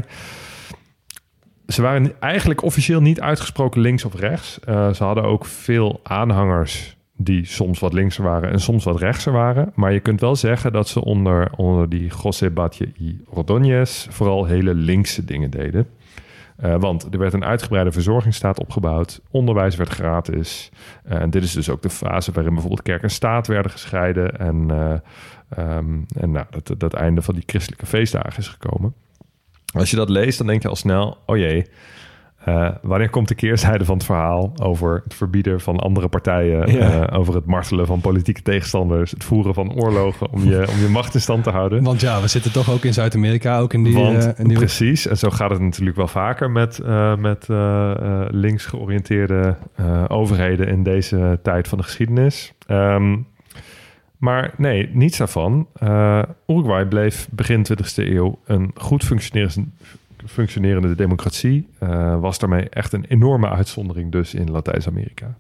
Ze waren eigenlijk officieel niet uitgesproken links of rechts. Uh, ze hadden ook veel aanhangers... die soms wat linkser waren en soms wat rechtser waren. Maar je kunt wel zeggen dat ze onder, onder die José Batlle y Ordóñez... vooral hele linkse dingen deden. Uh, want er werd een uitgebreide verzorgingsstaat opgebouwd. Onderwijs werd gratis. Uh, en dit is dus ook de fase waarin bijvoorbeeld kerk en staat werden gescheiden. En, uh, um, en nou, dat, dat einde van die christelijke feestdagen is gekomen. Als je dat leest, dan denk je al snel... oh jee, uh, wanneer komt de keerzijde van het verhaal... over het verbieden van andere partijen... Ja. Uh, over het martelen van politieke tegenstanders... het voeren van oorlogen om je, om je macht in stand te houden. Want ja, we zitten toch ook in Zuid-Amerika, ook in die... Want, uh, in die... precies, en zo gaat het natuurlijk wel vaker... met, uh, met uh, uh, links georiënteerde uh, overheden... in deze tijd van de geschiedenis... Um, Maar nee, niets daarvan. Uh, Uruguay bleef begin twintigste eeuw een goed functionerende, functionerende democratie. Uh, was daarmee echt een enorme uitzondering dus in Latijns-Amerika.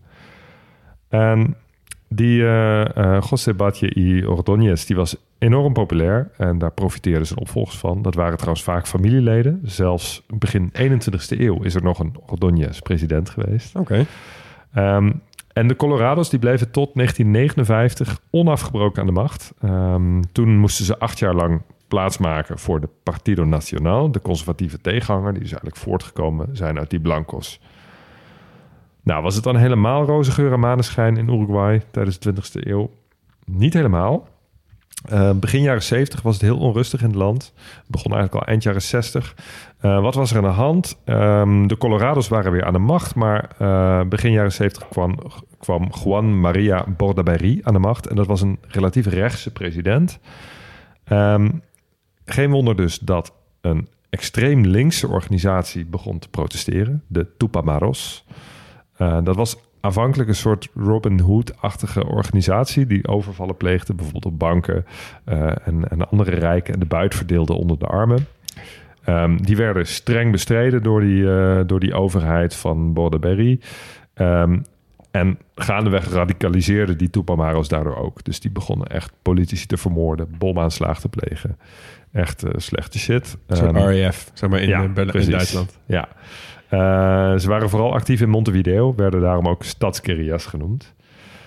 En die uh, uh, José Batlle y Ordóñez, die was enorm populair. En daar profiteerden zijn opvolgers van. Dat waren trouwens vaak familieleden. Zelfs begin eenentwintigste eeuw is er nog een Ordóñez president geweest. Oké. Okay. Um, En de Colorado's die bleven tot negentien negenenvijftig onafgebroken aan de macht. Um, toen moesten ze acht jaar lang plaatsmaken voor de Partido Nacional, de conservatieve tegenhanger, die dus eigenlijk voortgekomen zijn uit die blancos. Nou, was het dan helemaal roze geur en maneschijn in Uruguay tijdens de twintigste eeuw? Niet helemaal. Uh, begin jaren zeventig was het heel onrustig in het land. Het begon eigenlijk al eind jaren zestig. Uh, wat was er aan de hand? Um, de Colorado's waren weer aan de macht, maar uh, begin jaren zeventig kwam, kwam Juan María Bordaberry aan de macht. En dat was een relatief rechtse president. Um, geen wonder dus dat een extreem linkse organisatie begon te protesteren. De Tupamaros. Uh, dat was aanvankelijk een soort Robin Hood-achtige organisatie die overvallen pleegde, bijvoorbeeld op banken uh, en, en andere rijken en de buit verdeelde onder de armen. Um, die werden streng bestreden door die, uh, door die overheid van Bordaberry. Um, en gaandeweg radicaliseerden die Tupamaros daardoor ook. Dus die begonnen echt politici te vermoorden, bomaanslagen te plegen. Echt uh, slechte shit. Een soort Um, R A F, zeg maar, in, ja, in, in Duitsland. Ja. Uh, ze waren vooral actief in Montevideo, werden daarom ook stadsguerrillas genoemd.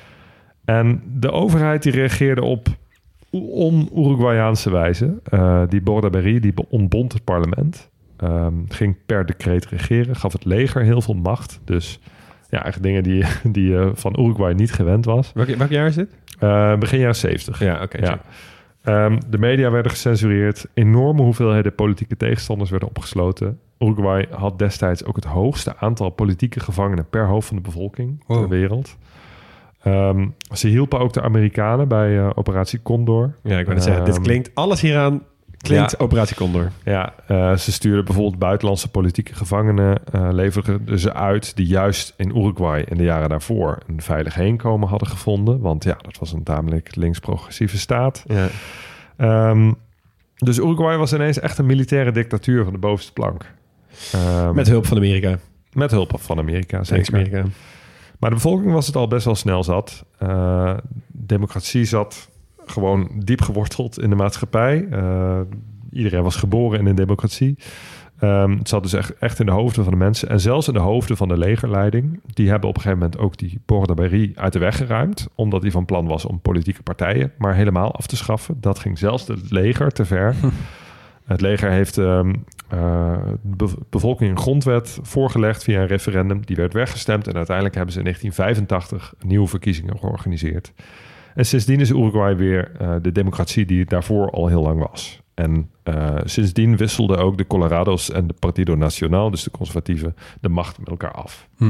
En de overheid die reageerde op on-Uruguayaanse wijze. Uh, die Bordaberry die ontbond het parlement. Um, ging per decreet regeren. Gaf het leger heel veel macht. Dus ja, eigenlijk dingen die, die uh, van Uruguay niet gewend was. Welk, welk jaar is dit? Uh, begin jaren zeventig. Ja, oké. Okay, ja. um, de media werden gecensureerd. Enorme hoeveelheden politieke tegenstanders werden opgesloten. Uruguay had destijds ook het hoogste aantal politieke gevangenen per hoofd van de bevolking wow. ter wereld. Um, ze hielpen ook de Amerikanen bij uh, Operatie Condor. Ja, ik wou net zeggen, um, dit klinkt, alles hieraan klinkt ja, Operatie Condor. Ja, uh, ze stuurden bijvoorbeeld buitenlandse politieke gevangenen, uh, leverden ze uit die juist in Uruguay in de jaren daarvoor een veilig heenkomen hadden gevonden. Want ja, dat was een tamelijk links-progressieve staat. Ja. Um, dus Uruguay was ineens echt een militaire dictatuur van de bovenste plank. Um, met hulp van Amerika. Met hulp van Amerika, zeker. Amerika. Maar de bevolking was het al best wel snel zat. Uh, democratie zat gewoon diep geworteld in de maatschappij. Uh, iedereen was geboren in een democratie. Um, het zat dus echt, echt in de hoofden van de mensen. En zelfs in de hoofden van de legerleiding. Die hebben op een gegeven moment ook die Bordaberry uit de weg geruimd. Omdat hij van plan was om politieke partijen maar helemaal af te schaffen. Dat ging zelfs het leger te ver. Het leger heeft um, uh, de bevolking een grondwet voorgelegd via een referendum. Die werd weggestemd en uiteindelijk hebben ze in negentien vijfentachtig nieuwe verkiezingen georganiseerd. En sindsdien is Uruguay weer uh, de democratie die het daarvoor al heel lang was. En uh, sindsdien wisselden ook de Colorados en de Partido Nacional, dus de conservatieven, de macht met elkaar af. Hm.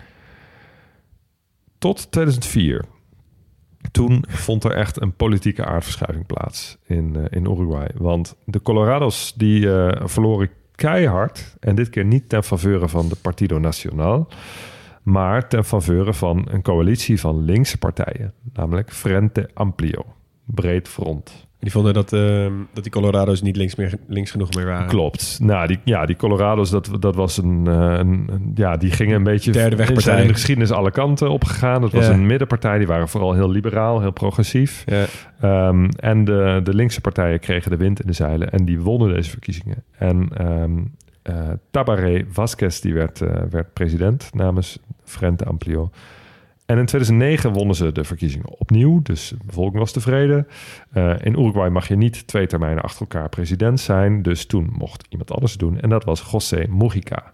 Tot tweeduizend vier. Toen vond er echt een politieke aardverschuiving plaats in, uh, in Uruguay. Want de Colorados die uh, verloren keihard. En dit keer niet ten faveur van de Partido Nacional, maar ten faveur van een coalitie van linkse partijen. Namelijk Frente Amplio. Breed front. Die vonden dat, uh, dat die Colorado's niet links, meer, links genoeg meer waren. Klopt. Nou, die, ja, die Colorado's, dat, dat was een, een, een... Ja, die gingen een beetje... Derde wegpartij. Zijn in de geschiedenis alle kanten opgegaan. Dat was ja. een middenpartij. Die waren vooral heel liberaal, heel progressief. Ja. Um, en de, de linkse partijen kregen de wind in de zeilen. En die wonnen deze verkiezingen. En um, uh, Tabaré Vázquez, die werd, uh, werd president namens Frente Amplio. En in tweeduizend negen wonnen ze de verkiezingen opnieuw. Dus de bevolking was tevreden. Uh, in Uruguay mag je niet twee termijnen achter elkaar president zijn. Dus toen mocht iemand anders doen. En dat was José Mujica.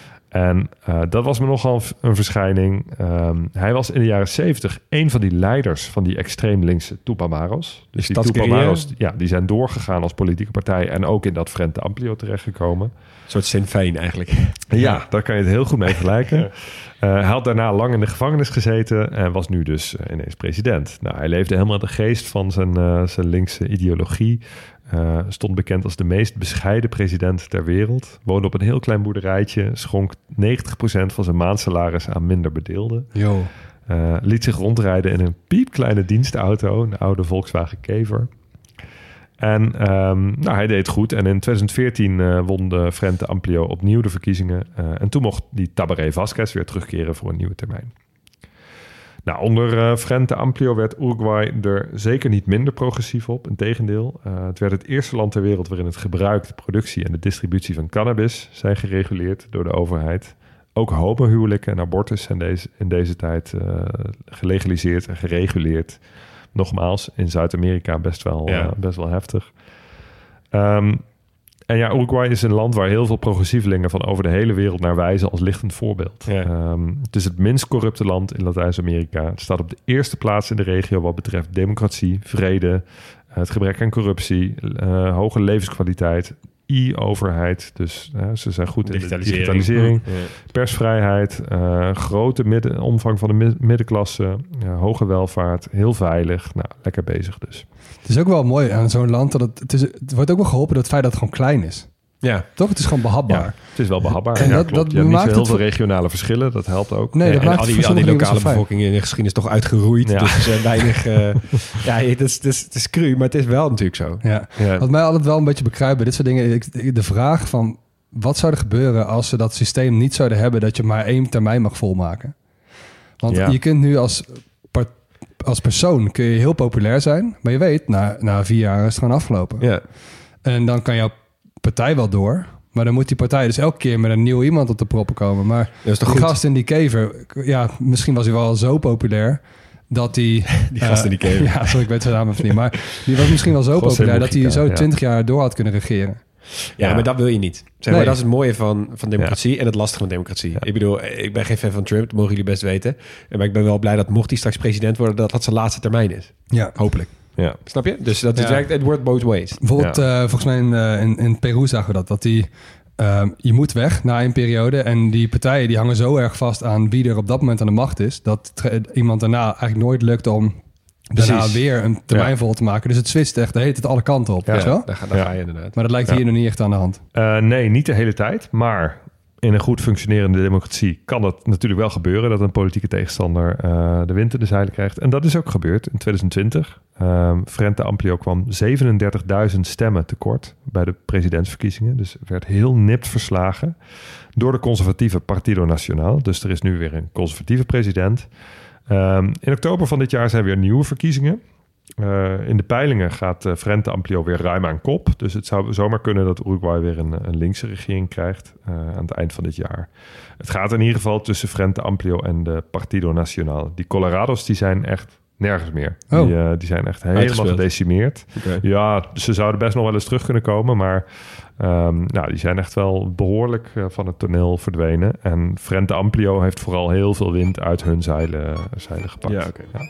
En uh, dat was me nogal een verschijning. Um, hij was in de jaren zeventig een van die leiders van die extreem linkse Tupamaros. Dus die Tupamaros, ja, die zijn doorgegaan als politieke partij. En ook in dat Frente Amplio terechtgekomen. Een soort Sinn Féin eigenlijk. Ja, daar kan je het heel goed mee vergelijken. Uh, hij had daarna lang in de gevangenis gezeten en was nu dus uh, ineens president. Nou, hij leefde helemaal de geest van zijn, uh, zijn linkse ideologie. Uh, stond bekend als de meest bescheiden president ter wereld. Woonde op een heel klein boerderijtje. Schonk negentig procent van zijn maandsalaris aan minder bedeelden. Yo. Uh, liet zich rondrijden in een piepkleine dienstauto. Een oude Volkswagen Kever. En um, nou, hij deed het goed. En in tweeduizend veertien uh, won de Frente Amplio opnieuw de verkiezingen. Uh, en toen mocht die Tabaré Vázquez weer terugkeren voor een nieuwe termijn. Nou, onder uh, Frente Amplio werd Uruguay er zeker niet minder progressief op. Integendeel, uh, het werd het eerste land ter wereld waarin het gebruik, de productie en de distributie van cannabis zijn gereguleerd door de overheid. Ook homohuwelijken en abortus zijn deze, in deze tijd uh, gelegaliseerd en gereguleerd. Nogmaals, in Zuid-Amerika best wel, ja. uh, best wel heftig. Um, en ja, Uruguay is een land waar heel veel progressievelingen van over de hele wereld naar wijzen als lichtend voorbeeld. Ja. Um, het is het minst corrupte land in Latijns-Amerika. Het staat op de eerste plaats in de regio wat betreft democratie, vrede, het gebrek aan corruptie, uh, hoge levenskwaliteit, e-overheid. Dus uh, ze zijn goed in de digitalisering, ja. persvrijheid, uh, grote midden, omvang van de middenklasse, uh, hoge welvaart, heel veilig. Nou, lekker bezig dus. Het is ook wel mooi aan zo'n land dat het, het, is, het wordt ook wel geholpen door het feit dat het gewoon klein is. Ja. Toch? Het is gewoon behapbaar. Ja, het is wel behapbaar. En ja, dat- klopt. dat Je hebt niet maakt zo heel het veel voor- regionale verschillen. Dat helpt ook. Nee, dat en maakt al het die, voor al die sommige lokale dingen zo fijn. bevolking in de geschiedenis toch uitgeroeid. Ja. Dus er zijn weinig... Uh, ja, het is, het, is, het is cru, maar het is wel natuurlijk zo. Ja. Ja. Wat mij altijd wel een beetje bekruipt bij dit soort dingen... Ik, ik- de vraag van... Wat zou er gebeuren als ze dat systeem niet zouden hebben... dat je maar één termijn mag volmaken? Want Ja. je kunt nu als, par- als persoon kun je heel populair zijn... maar je weet, na, na vier jaar is het gewoon afgelopen. Ja. En dan kan jouw partij wel door... maar dan moet die partij dus elke keer met een nieuw iemand op de proppen komen. Maar Dat is toch die goed? gast in die kever... ja, misschien was hij wel zo populair... dat die... Die gast in die kever. Ja, sorry, ik weet zijn naam even niet. Maar die was misschien wel zo José populair... dat hij Mujica, zo ja. twintig jaar door had kunnen regeren. Ja, Ja. maar dat wil je niet. Zeg maar, Nee. dat is het mooie van, van democratie en het lastige van democratie. Ik bedoel, ik ben geen fan van Trump, dat mogen jullie best weten. Maar ik ben wel blij dat mocht hij straks president worden... dat dat zijn laatste termijn is. Ja. Hopelijk. Ja. Snap je? Dus dat is Ja. werkt, it works both ways. Bijvoorbeeld, eh, volgens mij in, eh, in, in Peru zagen we dat. Dat die, ehm, je moet weg na een periode. En die partijen die hangen zo erg vast aan wie er op dat moment aan de macht is. Dat tre- iemand daarna eigenlijk nooit lukt om daarna Precies. weer een termijn Ja. vol te maken. Dus het switcht echt de hele tijd alle kanten op. Ja. Weet je wel? Daar, ga, daar Ja. ga je inderdaad. Maar dat lijkt Ja. hier nog niet echt aan de hand. Uh, nee, niet de hele tijd. Maar in een goed functionerende democratie kan dat natuurlijk wel gebeuren... dat een politieke tegenstander uh, de wind in de zeilen krijgt. En dat is ook gebeurd in twintig twintig. Um, Frente Amplio kwam zevenendertigduizend stemmen tekort bij de presidentsverkiezingen. Dus werd heel nipt verslagen door de conservatieve Partido Nacional. Dus er is nu weer een conservatieve president. Um, in oktober van dit jaar zijn weer nieuwe verkiezingen. Uh, in de peilingen gaat uh, Frente Amplio weer ruim aan kop. Dus het zou zomaar kunnen dat Uruguay weer een, een linkse regering krijgt uh, aan het eind van dit jaar. Het gaat in ieder geval tussen Frente Amplio en de Partido Nacional. Die Colorado's die zijn echt nergens meer. Oh. Die, uh, die zijn echt helemaal Uitgespeeld. gedecimeerd. Okay. Ja, ze zouden best nog wel eens terug kunnen komen. Maar um, nou, die zijn echt wel behoorlijk uh, van het toneel verdwenen. En Frente Amplio heeft vooral heel veel wind uit hun zeilen, zeilen gepakt. Ja, oké. Ja.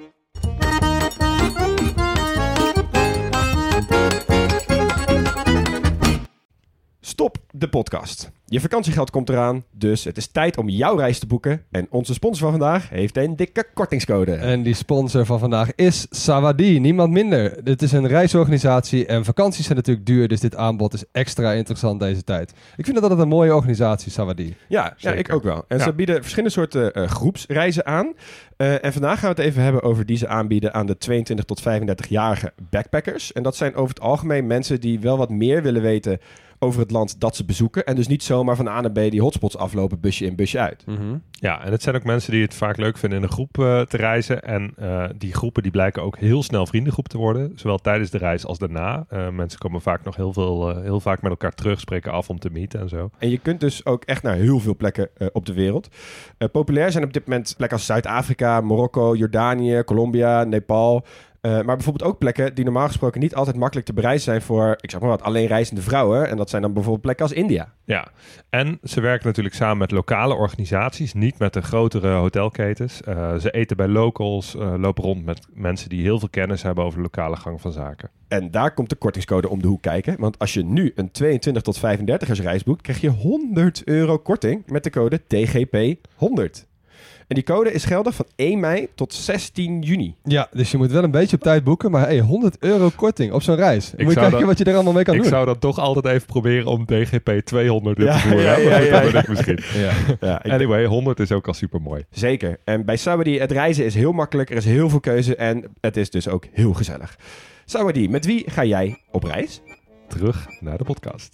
Stop de podcast. Je vakantiegeld komt eraan, dus het is tijd om jouw reis te boeken. En onze sponsor van vandaag heeft een dikke kortingscode. En die sponsor van vandaag is Sawadee, niemand minder. Dit is een reisorganisatie en vakanties zijn natuurlijk duur, dus dit aanbod is extra interessant deze tijd. Ik vind dat altijd een mooie organisatie, Sawadee. Ja, ja, Zeker. ik ook wel. En Ja. ze bieden verschillende soorten uh, groepsreizen aan. Uh, en vandaag gaan we het even hebben over die ze aanbieden aan de tweeëntwintig tot vijfendertig-jarige backpackers. En dat zijn over het algemeen mensen die wel wat meer willen weten over het land dat ze bezoeken. En dus niet zomaar van A naar B die hotspots aflopen, busje in, busje uit. Ja, en het zijn ook mensen die het vaak leuk vinden in een groep uh, te reizen. En uh, die groepen die blijken ook heel snel vriendengroep te worden. Zowel tijdens de reis als daarna. Uh, mensen komen vaak nog heel, veel, uh, heel vaak met elkaar terug, spreken af om te meeten en zo. En je kunt dus ook echt naar heel veel plekken uh, op de wereld. Uh, populair zijn op dit moment plekken als Zuid-Afrika, Marokko, Jordanië, Colombia, Nepal. Uh, maar bijvoorbeeld ook plekken die normaal gesproken niet altijd makkelijk te bereizen zijn voor, ik zeg maar wat, alleen reizende vrouwen. En dat zijn dan bijvoorbeeld plekken als India. Ja, en ze werken natuurlijk samen met lokale organisaties, niet met de grotere hotelketens. Uh, ze eten bij locals, uh, lopen rond met mensen die heel veel kennis hebben over de lokale gang van zaken. En daar komt de kortingscode om de hoek kijken. Want als je nu een tweeëntwintig tot vijfendertigers reis boekt, krijg je honderd euro korting met de code T G P honderd. En die code is geldig van één mei tot zestien juni. Ja, dus je moet wel een beetje op tijd boeken, maar hey, honderd euro korting op zo'n reis. Ik moet je zou kijken dat- wat je er allemaal mee kan Ik doen. zou dat toch altijd even proberen om T G P tweehonderd in Ja, te voeren. ja, hè? ja, Maar ja, dat ja. wil ik misschien. Ja. Ja, ik Anyway, honderd is ook al super mooi. Zeker. En bij Sawadee, het reizen is heel makkelijk. Er is heel veel keuze en het is dus ook heel gezellig. Sawadee, met wie ga jij op reis? Terug naar de podcast.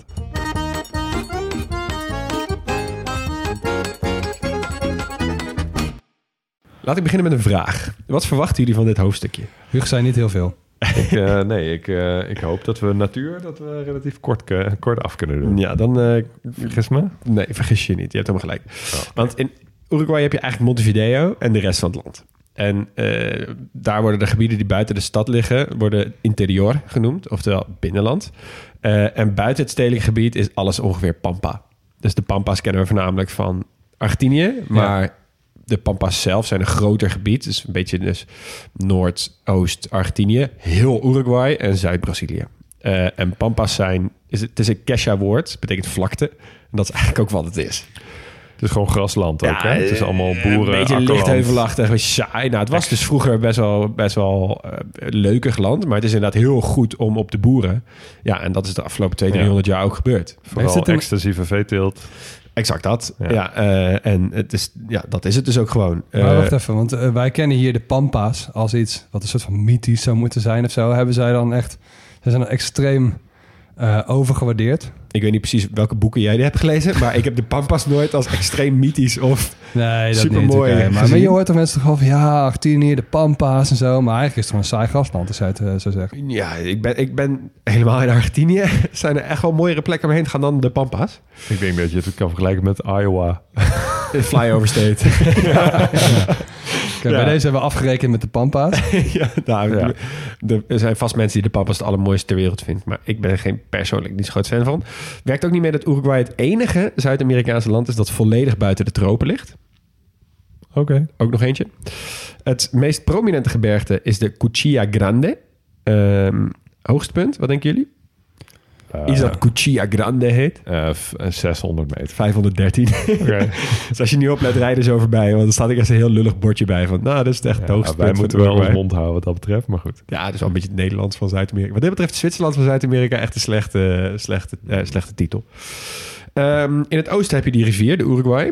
Laat ik beginnen met een vraag. Wat verwachten jullie van dit hoofdstukje? Hugo zei niet heel veel. ik, uh, nee, ik, uh, ik hoop dat we natuur dat we relatief kort, uh, kort af kunnen doen. Ja, dan... Uh, Vergis me? nee, vergis je niet. Je hebt helemaal gelijk. Oh. Want in Uruguay heb je eigenlijk Montevideo en de rest van het land. En uh, daar worden de gebieden die buiten de stad liggen, worden interior genoemd, oftewel binnenland. Uh, en buiten het stedelijk gebied is alles ongeveer Pampa. Dus de Pampas kennen we voornamelijk van Argentinië, maar... Ja. De Pampas zelf zijn een groter gebied. Dus een beetje dus Noordoost-Argentinië. Heel Uruguay en Zuid-Brazilië. Uh, en Pampas zijn... Is het, het is een Quechua-woord. Betekent vlakte. En dat is eigenlijk ook wat het is. Het is gewoon grasland ook, Ja, hè? Het is allemaal boeren, een beetje akkerland. lichtheuvelachtig, saai. Nou, het was dus vroeger best wel, best wel uh, leukig land, maar het is inderdaad heel goed om op te boeren. Ja, en dat is de afgelopen tweehonderd, driehonderd jaar ook gebeurd. Vooral Heeft het een- extensieve veeteelt. Exact dat. Ja. Ja, uh, en het is, ja, dat is het dus ook gewoon. Uh, Maar wacht even, want uh, wij kennen hier de Pampas als iets wat een soort van mythisch zou moeten zijn of zo. Hebben zij dan echt, zij zijn dan extreem uh, overgewaardeerd? Ik weet niet precies welke boeken jij hebt gelezen, maar ik heb de Pampas nooit als extreem mythisch of... Nee, dat Supermooi niet. Okay. Maar, gezien. maar je hoort toch mensen toch al van, ja, Argentinië, de Pampas en zo. Maar eigenlijk is het gewoon een saai grasland, als jij het uh, zo zegt. Ja, ik ben, ik ben helemaal in Argentinië. Zijn er echt wel mooiere plekken om heen te gaan dan de Pampas? Ik denk dat je het kan vergelijken met Iowa. Flyover state. Kijk, Ja. bij deze hebben we afgerekend met de Pampas. ja, nou, Ja. de- er zijn vast mensen die de Pampas het allermooiste ter wereld vindt. Maar ik ben er geen persoonlijk niet zo groot fan van. Werkt ook niet mee dat Uruguay het enige Zuid-Amerikaanse land is dat volledig buiten de tropen ligt. Oké. Okay. Ook nog eentje. Het meest prominente gebergte is de Cuchilla Grande. Um, hoogtepunt, wat denken jullie? Uh, Is dat Cuchilla Grande heet? Uh, f- zeshonderd meter. vijfhonderddertien. Okay. Dus als je nu oplet, rijden zo voorbij. Want dan staat ik echt een heel lullig bordje bij. Van, nou, dat is het echt het Ja, hoogste wij punt moeten van wel ons Uruguay. mond houden wat dat betreft, maar goed. Ja, dus wel een beetje het Nederlands van Zuid-Amerika. Wat dit betreft Zwitserland van Zuid-Amerika echt een slechte, slechte, uh, slechte titel. Um, in het oosten heb je die rivier, de Uruguay.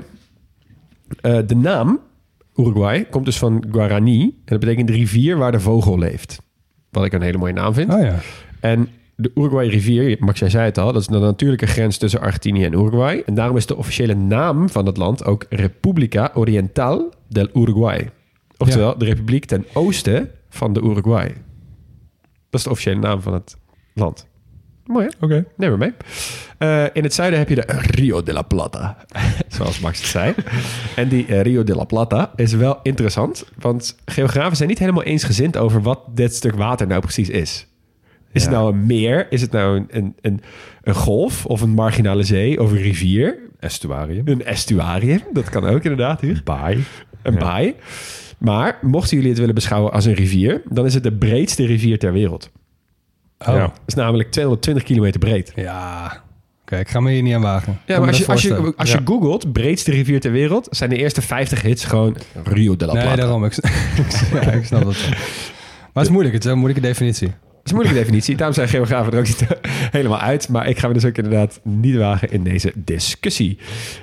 Uh, de naam Uruguay komt dus van Guarani. En dat betekent de rivier waar de vogel leeft. Wat ik een hele mooie naam vind. Oh ja. En de Uruguay-rivier, Max, jij zei het al, dat is de natuurlijke grens tussen Argentinië en Uruguay. En daarom is de officiële naam van het land ook República Oriental del Uruguay. Oftewel, ja. de republiek ten oosten van de Uruguay. Dat is de officiële naam van het land. Mooi, hè? Oké. Okay. Neem maar mee. Uh, in het zuiden heb je de Rio de la Plata, zoals Max het zei. En die uh, Rio de la Plata is wel interessant, want geografen zijn niet helemaal eensgezind over wat dit stuk water nou precies is. Is ja. het nou een meer? Is het nou een, een, een, een golf of een marginale zee of een rivier? Estuarium. Een estuarium, dat kan ook inderdaad hier. Baai. Een ja. baai. Maar mochten jullie het willen beschouwen als een rivier, dan is het de breedste rivier ter wereld. Oh. Ja. Het is namelijk tweehonderdtwintig kilometer breed. Ja, oké, okay, ik ga me hier niet aan wagen. Ja, maar als je, als je, als je ja. googelt, breedste rivier ter wereld, zijn de eerste vijftig hits gewoon Rio de la Plata. Nee, daarom. Ik, ja, ik snap dat. Maar het is moeilijk, het is een moeilijke definitie. Dat is een moeilijke definitie. Daarom zijn geografen er ook niet helemaal uit. Maar ik ga me dus ook inderdaad niet wagen in deze discussie.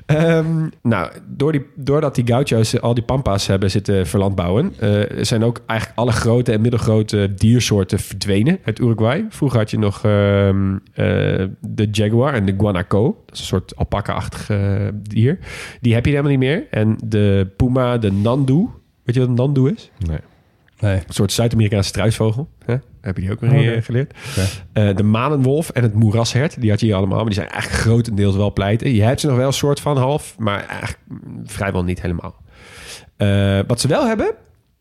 Um, nou, door die, doordat die gaucho's al die pampas hebben zitten verlandbouwen, Uh, zijn ook eigenlijk alle grote en middelgrote diersoorten verdwenen uit Uruguay. Vroeger had je nog um, uh, de jaguar en de guanaco. Dat is een soort alpaca-achtig uh, dier. Die heb je helemaal niet meer. En de puma, de nandu. Weet je wat een nandu is? Nee. Nee. Een soort Zuid-Amerikaanse struisvogel. Hè? Heb je die ook weer oh, okay. geleerd? Okay. Uh, de manenwolf en het moerashert, die had je hier allemaal. Maar die zijn eigenlijk grotendeels wel pleiten. Je hebt ze nog wel een soort van half, maar eigenlijk vrijwel niet helemaal. Uh, wat ze wel hebben,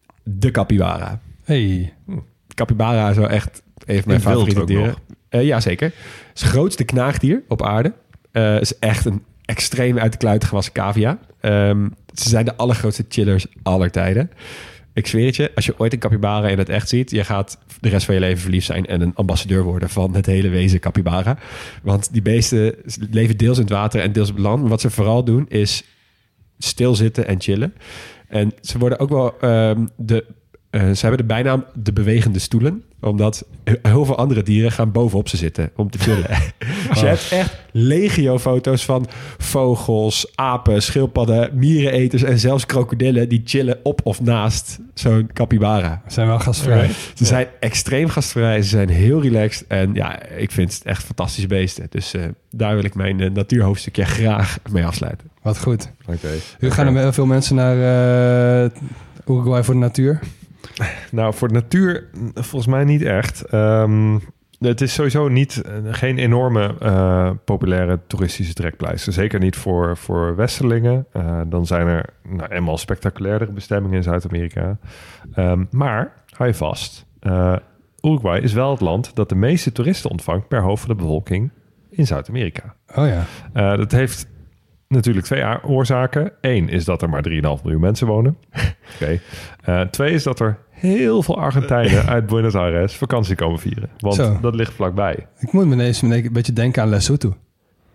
de capybara. Hey. Capybara is wel echt een van mijn favoriete dieren. Uh, ja, zeker. Het is het grootste knaagdier op aarde. Het uh, is echt een extreem uit de kluiten gewassen cavia. Um, ze zijn de allergrootste chillers aller tijden. Ik zweer het je, als je ooit een capybara in het echt ziet, je gaat de rest van je leven verliefd zijn en een ambassadeur worden van het hele wezen capybara. Want die beesten leven deels in het water en deels op het land. Maar wat ze vooral doen is stilzitten en chillen. En ze worden ook wel um, de... Uh, ze hebben de bijnaam de bewegende stoelen. Omdat heel veel andere dieren gaan bovenop ze zitten om te chillen. Dus je hebt echt legio-foto's van vogels, apen, schildpadden, miereneters en zelfs krokodillen die chillen op of naast zo'n capybara. Ze zijn wel gastvrij. Okay. Ze zijn extreem gastvrij. Ze zijn heel relaxed. En ja, ik vind het echt fantastische beesten. Dus uh, daar wil ik mijn uh, natuurhoofdstukje graag mee afsluiten. Wat goed. Oké. Okay. Nu gaan er veel mensen naar uh, Uruguay voor de natuur. Nou, voor de natuur volgens mij niet echt. Um, het is sowieso niet, uh, geen enorme uh, populaire toeristische trekpleister. Zeker niet voor, voor westerlingen. Uh, dan zijn er nou, eenmaal spectaculairdere bestemmingen in Zuid-Amerika. Um, maar, hou je vast. Uh, Uruguay is wel het land dat de meeste toeristen ontvangt per hoofd van de bevolking in Zuid-Amerika. Oh ja. Uh, dat heeft natuurlijk twee oorzaken. Eén is dat er maar drie komma vijf miljoen mensen wonen. Okay. Uh, twee is dat er heel veel Argentijnen uit Buenos Aires vakantie komen vieren. Want Zo. dat ligt vlakbij. Ik moet me ineens een beetje denken aan Lesotho.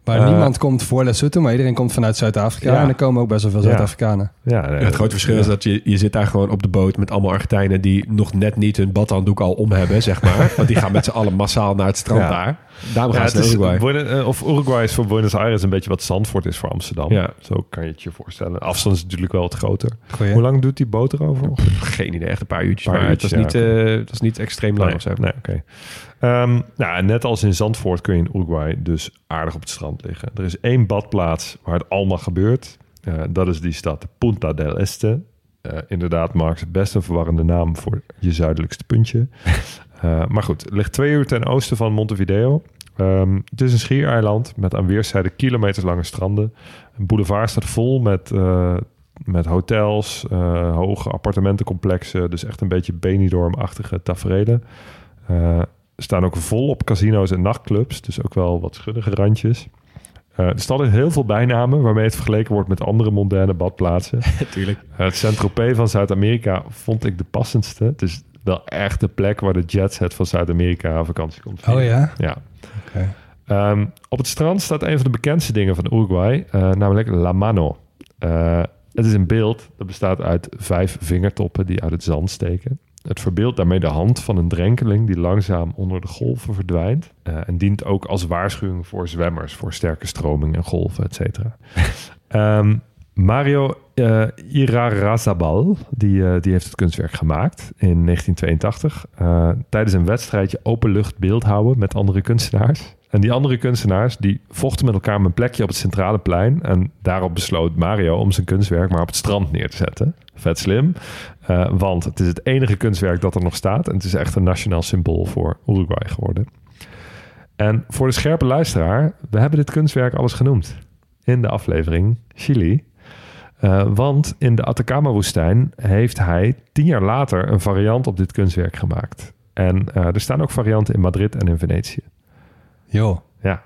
Waar uh, niemand komt voor Lesotho, maar iedereen komt vanuit Zuid-Afrika. Ja. En er komen ook best wel veel Zuid-Afrikanen. Ja, ja, het grote verschil ja. is dat je, je zit daar gewoon op de boot met allemaal Argentijnen die nog net niet hun badhanddoek al om hebben, zeg maar. Want die gaan met z'n allen massaal naar het strand ja. daar. Daarom gaan ja, ze naar Uruguay. Buenos, of Uruguay is voor Buenos Aires een beetje wat Zandvoort is voor Amsterdam. Ja. Zo kan je het je voorstellen. De afstand is natuurlijk wel wat groter. Goeie. Hoe lang doet die boot erover? Geen idee, echt een paar uurtjes. Paar maar uurtjes, het, was ja, niet, okay. uh, het was niet extreem lang nee, of zo. Nee, oké. Okay. Um, nou, net als in Zandvoort kun je in Uruguay dus aardig op het strand liggen. Er is één badplaats waar het allemaal gebeurt. Uh, dat is die stad Punta del Este. Uh, inderdaad, Marx, best een verwarrende naam voor je zuidelijkste puntje. uh, maar goed, het ligt twee uur ten oosten van Montevideo. Um, het is een schiereiland met aan weerszijden kilometerslange stranden. Een boulevard staat vol met, uh, met hotels, uh, hoge appartementencomplexen. Dus echt een beetje Benidorm-achtige taferelen. Uh, er staan ook volop casino's en nachtclubs. Dus ook wel wat schunnige randjes. Uh, er staan heel veel bijnamen waarmee het vergeleken wordt met andere mondaine badplaatsen. Tuurlijk. Uh, het Saint-Tropez van Zuid-Amerika vond ik de passendste. Het is wel echt de plek waar de jet set van Zuid-Amerika vakantie komt vieren. Oh ja? Ja. Okay. Um, op het strand staat een van de bekendste dingen van Uruguay, uh, namelijk La Mano. Uh, het is een beeld dat bestaat uit vijf vingertoppen die uit het zand steken. Het verbeeldt daarmee de hand van een drenkeling die langzaam onder de golven verdwijnt. Uh, en dient ook als waarschuwing voor zwemmers, voor sterke stroming en golven, et cetera. um, Mario uh, Irarrázaval, die, uh, die heeft het kunstwerk gemaakt in negentien tweeëntachtig. Uh, tijdens een wedstrijdje openlucht beeldhouden met andere kunstenaars. En die andere kunstenaars die vochten met elkaar om een plekje op het centrale plein. En daarop besloot Mario om zijn kunstwerk maar op het strand neer te zetten. Vet slim, uh, want het is het enige kunstwerk dat er nog staat. En het is echt een nationaal symbool voor Uruguay geworden. En voor de scherpe luisteraar, we hebben dit kunstwerk alles genoemd in de aflevering Chili. Uh, want in de Atacama-woestijn heeft hij tien jaar later een variant op dit kunstwerk gemaakt. En uh, er staan ook varianten in Madrid en in Venetië. Jo. Ja.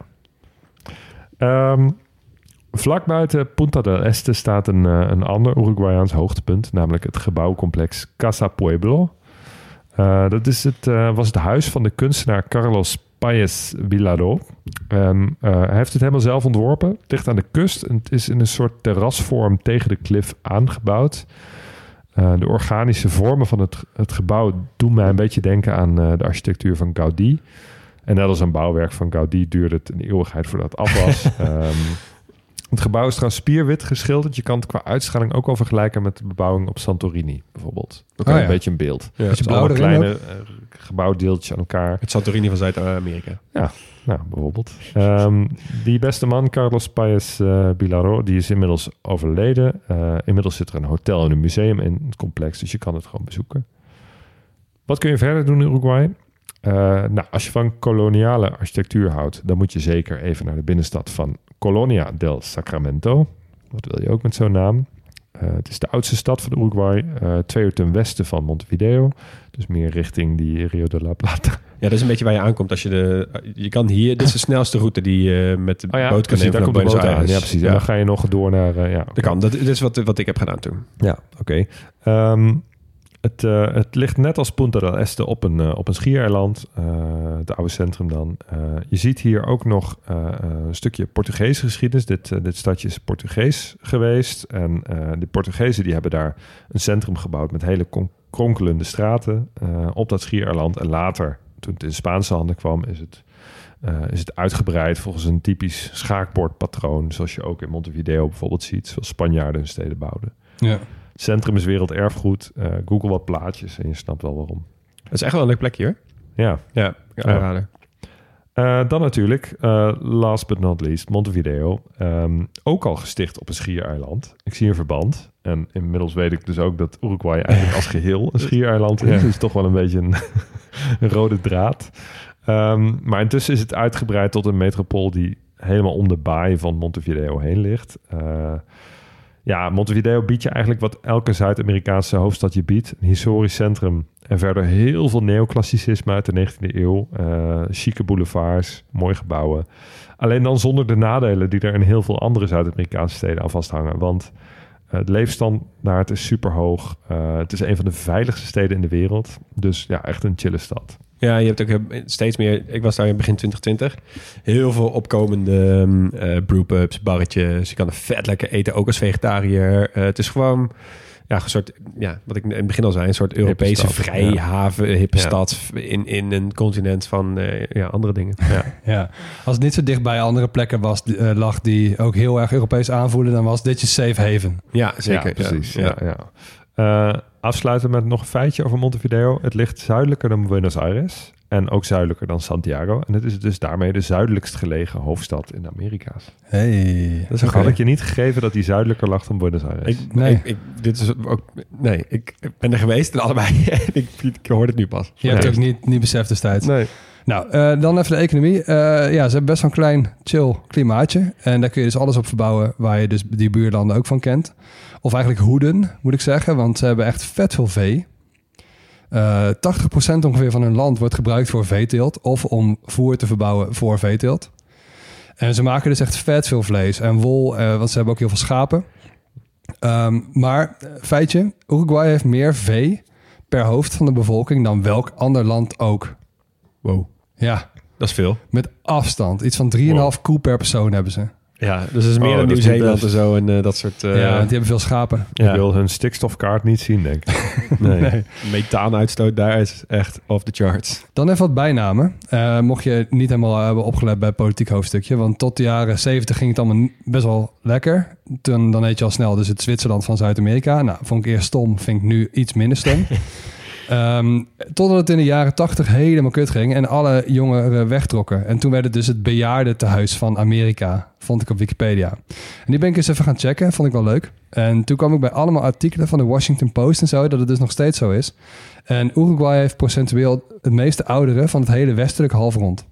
Um, vlak buiten Punta del Este staat een, uh, een ander Uruguayaans hoogtepunt, namelijk het gebouwcomplex Casa Pueblo. Uh, dat is het, uh, was het huis van de kunstenaar Carlos Páez Vilaró. Um, uh, hij heeft het helemaal zelf ontworpen. Het ligt aan de kust en het is in een soort terrasvorm tegen de klif aangebouwd. Uh, de organische vormen van het, het gebouw doen mij een beetje denken aan uh, de architectuur van Gaudí. En net als een bouwwerk van Gaudí duurde het een eeuwigheid voordat het af was. um, het gebouw is trouwens spierwit geschilderd. Je kan het qua uitstraling ook wel vergelijken met de bebouwing op Santorini bijvoorbeeld. Ook oh, ja. een beetje een beeld. Ja, het is een kleine uh, gebouwdeeltjes aan elkaar. Het Santorini van Zuid-Amerika. Ja, nou, bijvoorbeeld. Um, die beste man, Carlos Páez uh, Vilaró, die is inmiddels overleden. Uh, inmiddels zit er een hotel en een museum in het complex, dus je kan het gewoon bezoeken. Wat kun je verder doen in Uruguay? Uh, nou, als je van koloniale architectuur houdt, dan moet je zeker even naar de binnenstad van Colonia del Sacramento. Wat wil je ook met zo'n naam? Uh, het is de oudste stad van Uruguay, uh, twee uur ten westen van Montevideo. Dus meer richting die Rio de la Plata. Ja, dat is een beetje waar je aankomt. Als je de, je kan hier, dit is de snelste route die je met de oh ja, boot kan nemen nemen van Buenos Aires. Ja, precies. Ja. En dan ga je nog door naar... Uh, ja, dat kan. Dat, dat is wat, wat ik heb gedaan toen. Ja, oké. Okay. Um, Het, uh, het ligt net als Punta del Este op een, uh, op een schiereiland. Uh, het oude centrum dan. Uh, je ziet hier ook nog uh, een stukje Portugese geschiedenis. Dit, uh, dit stadje is Portugees geweest. En uh, de Portugezen die hebben daar een centrum gebouwd met hele kon- kronkelende straten uh, op dat schiereiland. En later, toen het in Spaanse handen kwam, is het, uh, is het uitgebreid volgens een typisch schaakbordpatroon. Zoals je ook in Montevideo bijvoorbeeld ziet. Zoals Spanjaarden hun steden bouwden. Ja. Het centrum is werelderfgoed. Uh, Google wat plaatjes en je snapt wel waarom. Het is echt wel een leuk plekje hoor. Ja. Ja, aanrader. Uh, dan natuurlijk, uh, last but not least, Montevideo. Um, ook al gesticht op een schiereiland. Ik zie een verband. En inmiddels weet ik dus ook dat Uruguay eigenlijk als geheel een schiereiland is. Ja. Dus toch wel een beetje een, een rode draad. Um, maar intussen is het uitgebreid tot een metropool die helemaal om de baai van Montevideo heen ligt. Uh, Ja, Montevideo biedt je eigenlijk wat elke Zuid-Amerikaanse hoofdstad je biedt. Een historisch centrum en verder heel veel neoclassicisme uit de negentiende eeuw. Uh, chique boulevards, mooie gebouwen. Alleen dan zonder de nadelen die er in heel veel andere Zuid-Amerikaanse steden aan vasthangen. Want uh, het leefstandaard is super hoog. Uh, het is een van de veiligste steden in de wereld. Dus ja, echt een chille stad. Ja, je hebt ook steeds meer... Ik was daar in begin twintig twintig. Heel veel opkomende uh, brewpubs, barretjes. Je kan er vet lekker eten, ook als vegetariër. Uh, het is gewoon... Ja, een soort, ja, wat ik in het begin al zei, een soort Europese vrijhaven, ja. hippe ja. stad in, in een continent van uh, ja, andere dingen. Ja. ja, als het niet zo dicht bij andere plekken was, uh, lag die ook heel erg Europees aanvoelen, dan was dit je safe haven. Ja, zeker. Ja, precies. Ja. Ja, ja. Uh, afsluiten met nog een feitje over Montevideo. Het ligt zuidelijker dan Buenos Aires en ook zuidelijker dan Santiago. En het is dus daarmee de zuidelijkst gelegen hoofdstad in de Amerika's. Hey, dat okay. had ik je niet gegeven dat die zuidelijker lag dan Buenos Aires. Ik, nee, ik, ik, dit is ook, nee, ik ben er geweest en allebei. ik, ik hoor het nu pas. Je hebt het ook niet, niet beseft destijds. Nee. Nou, uh, dan even de economie. Uh, ja, ze hebben best wel een klein, chill klimaatje. En daar kun je dus alles op verbouwen waar je dus die buurlanden ook van kent. Of eigenlijk hoeden, moet ik zeggen. Want ze hebben echt vet veel vee. Uh, tachtig procent ongeveer van hun land wordt gebruikt voor veeteelt. Of om voer te verbouwen voor veeteelt. En ze maken dus echt vet veel vlees en wol. Uh, want ze hebben ook heel veel schapen. Um, maar, feitje. Uruguay heeft meer vee per hoofd van de bevolking dan welk ander land ook. Wow. Ja. Dat is veel. Met afstand. Iets van drie komma vijf wow. koe per persoon hebben ze. Ja, dus het is meer oh, dan Nieuw-Zeeland en zo en uh, dat soort... Uh... Ja, die hebben veel schapen. Je ja. wil hun stikstofkaart niet zien, denk ik. nee. nee. Methaanuitstoot daar is echt off the charts. Dan even wat bijnamen. Uh, mocht je niet helemaal hebben opgelet bij het politiek hoofdstukje. Want tot de jaren zeventig ging het allemaal best wel lekker. Toen, dan heet je al snel dus het Zwitserland van Zuid-Amerika. Nou, vond ik eerst stom, vind ik nu iets minder stom. Um, totdat het in de jaren tachtig helemaal kut ging en alle jongeren wegtrokken. En toen werd het dus het bejaardentehuis van Amerika, vond ik op Wikipedia. En die ben ik eens even gaan checken, vond ik wel leuk. En toen kwam ik bij allemaal artikelen van de Washington Post en zo, dat het dus nog steeds zo is. En Uruguay heeft procentueel het meeste ouderen van het hele westelijke halfrond.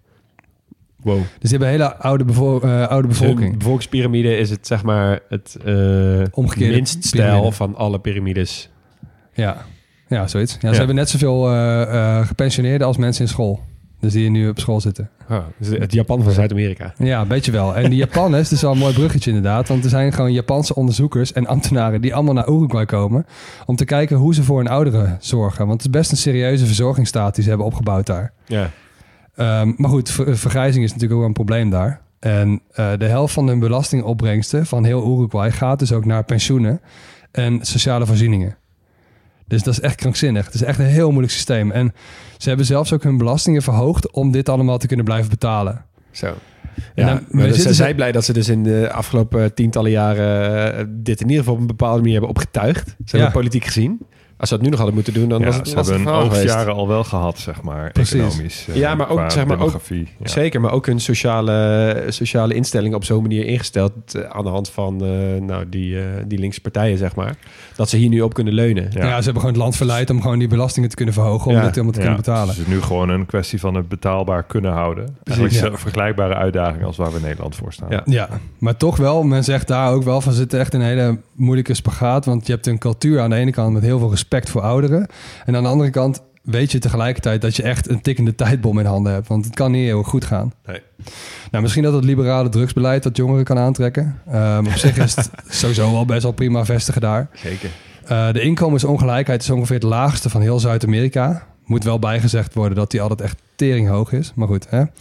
Wow. Dus die hebben een hele oude, bevo- uh, oude bevolking. De bevolkingspyramide is het, zeg maar, het uh, omgekeerde minst stijl van alle piramides. Ja. Ja, zoiets. Ja, ze ja. hebben net zoveel uh, uh, gepensioneerden als mensen in school. Dus die nu op school zitten. Oh, dus het Japan van Zuid-Amerika. Ja, een beetje wel. En die Japanners, dat is wel een mooi bruggetje inderdaad. Want er zijn gewoon Japanse onderzoekers en ambtenaren die allemaal naar Uruguay komen om te kijken hoe ze voor hun ouderen zorgen. Want het is best een serieuze verzorgingsstaat die ze hebben opgebouwd daar. Ja. Um, maar goed, ver- vergrijzing is natuurlijk ook een probleem daar. En uh, de helft van hun belastingopbrengsten van heel Uruguay gaat dus ook naar pensioenen en sociale voorzieningen. Dus dat is echt krankzinnig. Het is echt een heel moeilijk systeem. En ze hebben zelfs ook hun belastingen verhoogd om dit allemaal te kunnen blijven betalen. Zo. Ja, dan, maar dus ze zijn blij dat ze dus in de afgelopen tientallen jaren uh, dit in ieder geval op een bepaalde manier hebben opgetuigd. Ze ja. hebben politiek gezien. Als ze dat nu nog hadden moeten doen, dan ja, was het ze was hebben het hun oogstjaren al wel gehad, zeg maar, Precies. economisch. Uh, ja, maar ook, zeg maar, ook ja. zeker, maar ook hun sociale, sociale instellingen op zo'n manier ingesteld uh, aan de hand van uh, nou, die, uh, die linkse partijen, zeg maar. Dat ze hier nu op kunnen leunen. Ja, ja ze hebben gewoon het land verleid om gewoon die belastingen te kunnen verhogen, om ja. dit helemaal te ja. kunnen betalen. Dus het is nu gewoon een kwestie van het betaalbaar kunnen houden. Eigenlijk ja. een vergelijkbare uitdaging als waar we in Nederland voor staan. Ja. ja, maar toch wel, men zegt daar ook wel van, zitten echt een hele moeilijke spagaat, want je hebt een cultuur aan de ene kant met heel veel respect voor ouderen. En aan de andere kant weet je tegelijkertijd dat je echt een tikkende tijdbom in handen hebt. Want het kan niet heel goed gaan. Nee. Nou, misschien dat het liberale drugsbeleid dat jongeren kan aantrekken. Um, op zich is het sowieso wel best wel prima vestigen daar. Zeker. Uh, de inkomensongelijkheid is ongeveer het laagste van heel Zuid-Amerika. Moet wel bijgezegd worden dat die altijd echt teringhoog is. Maar goed, hè.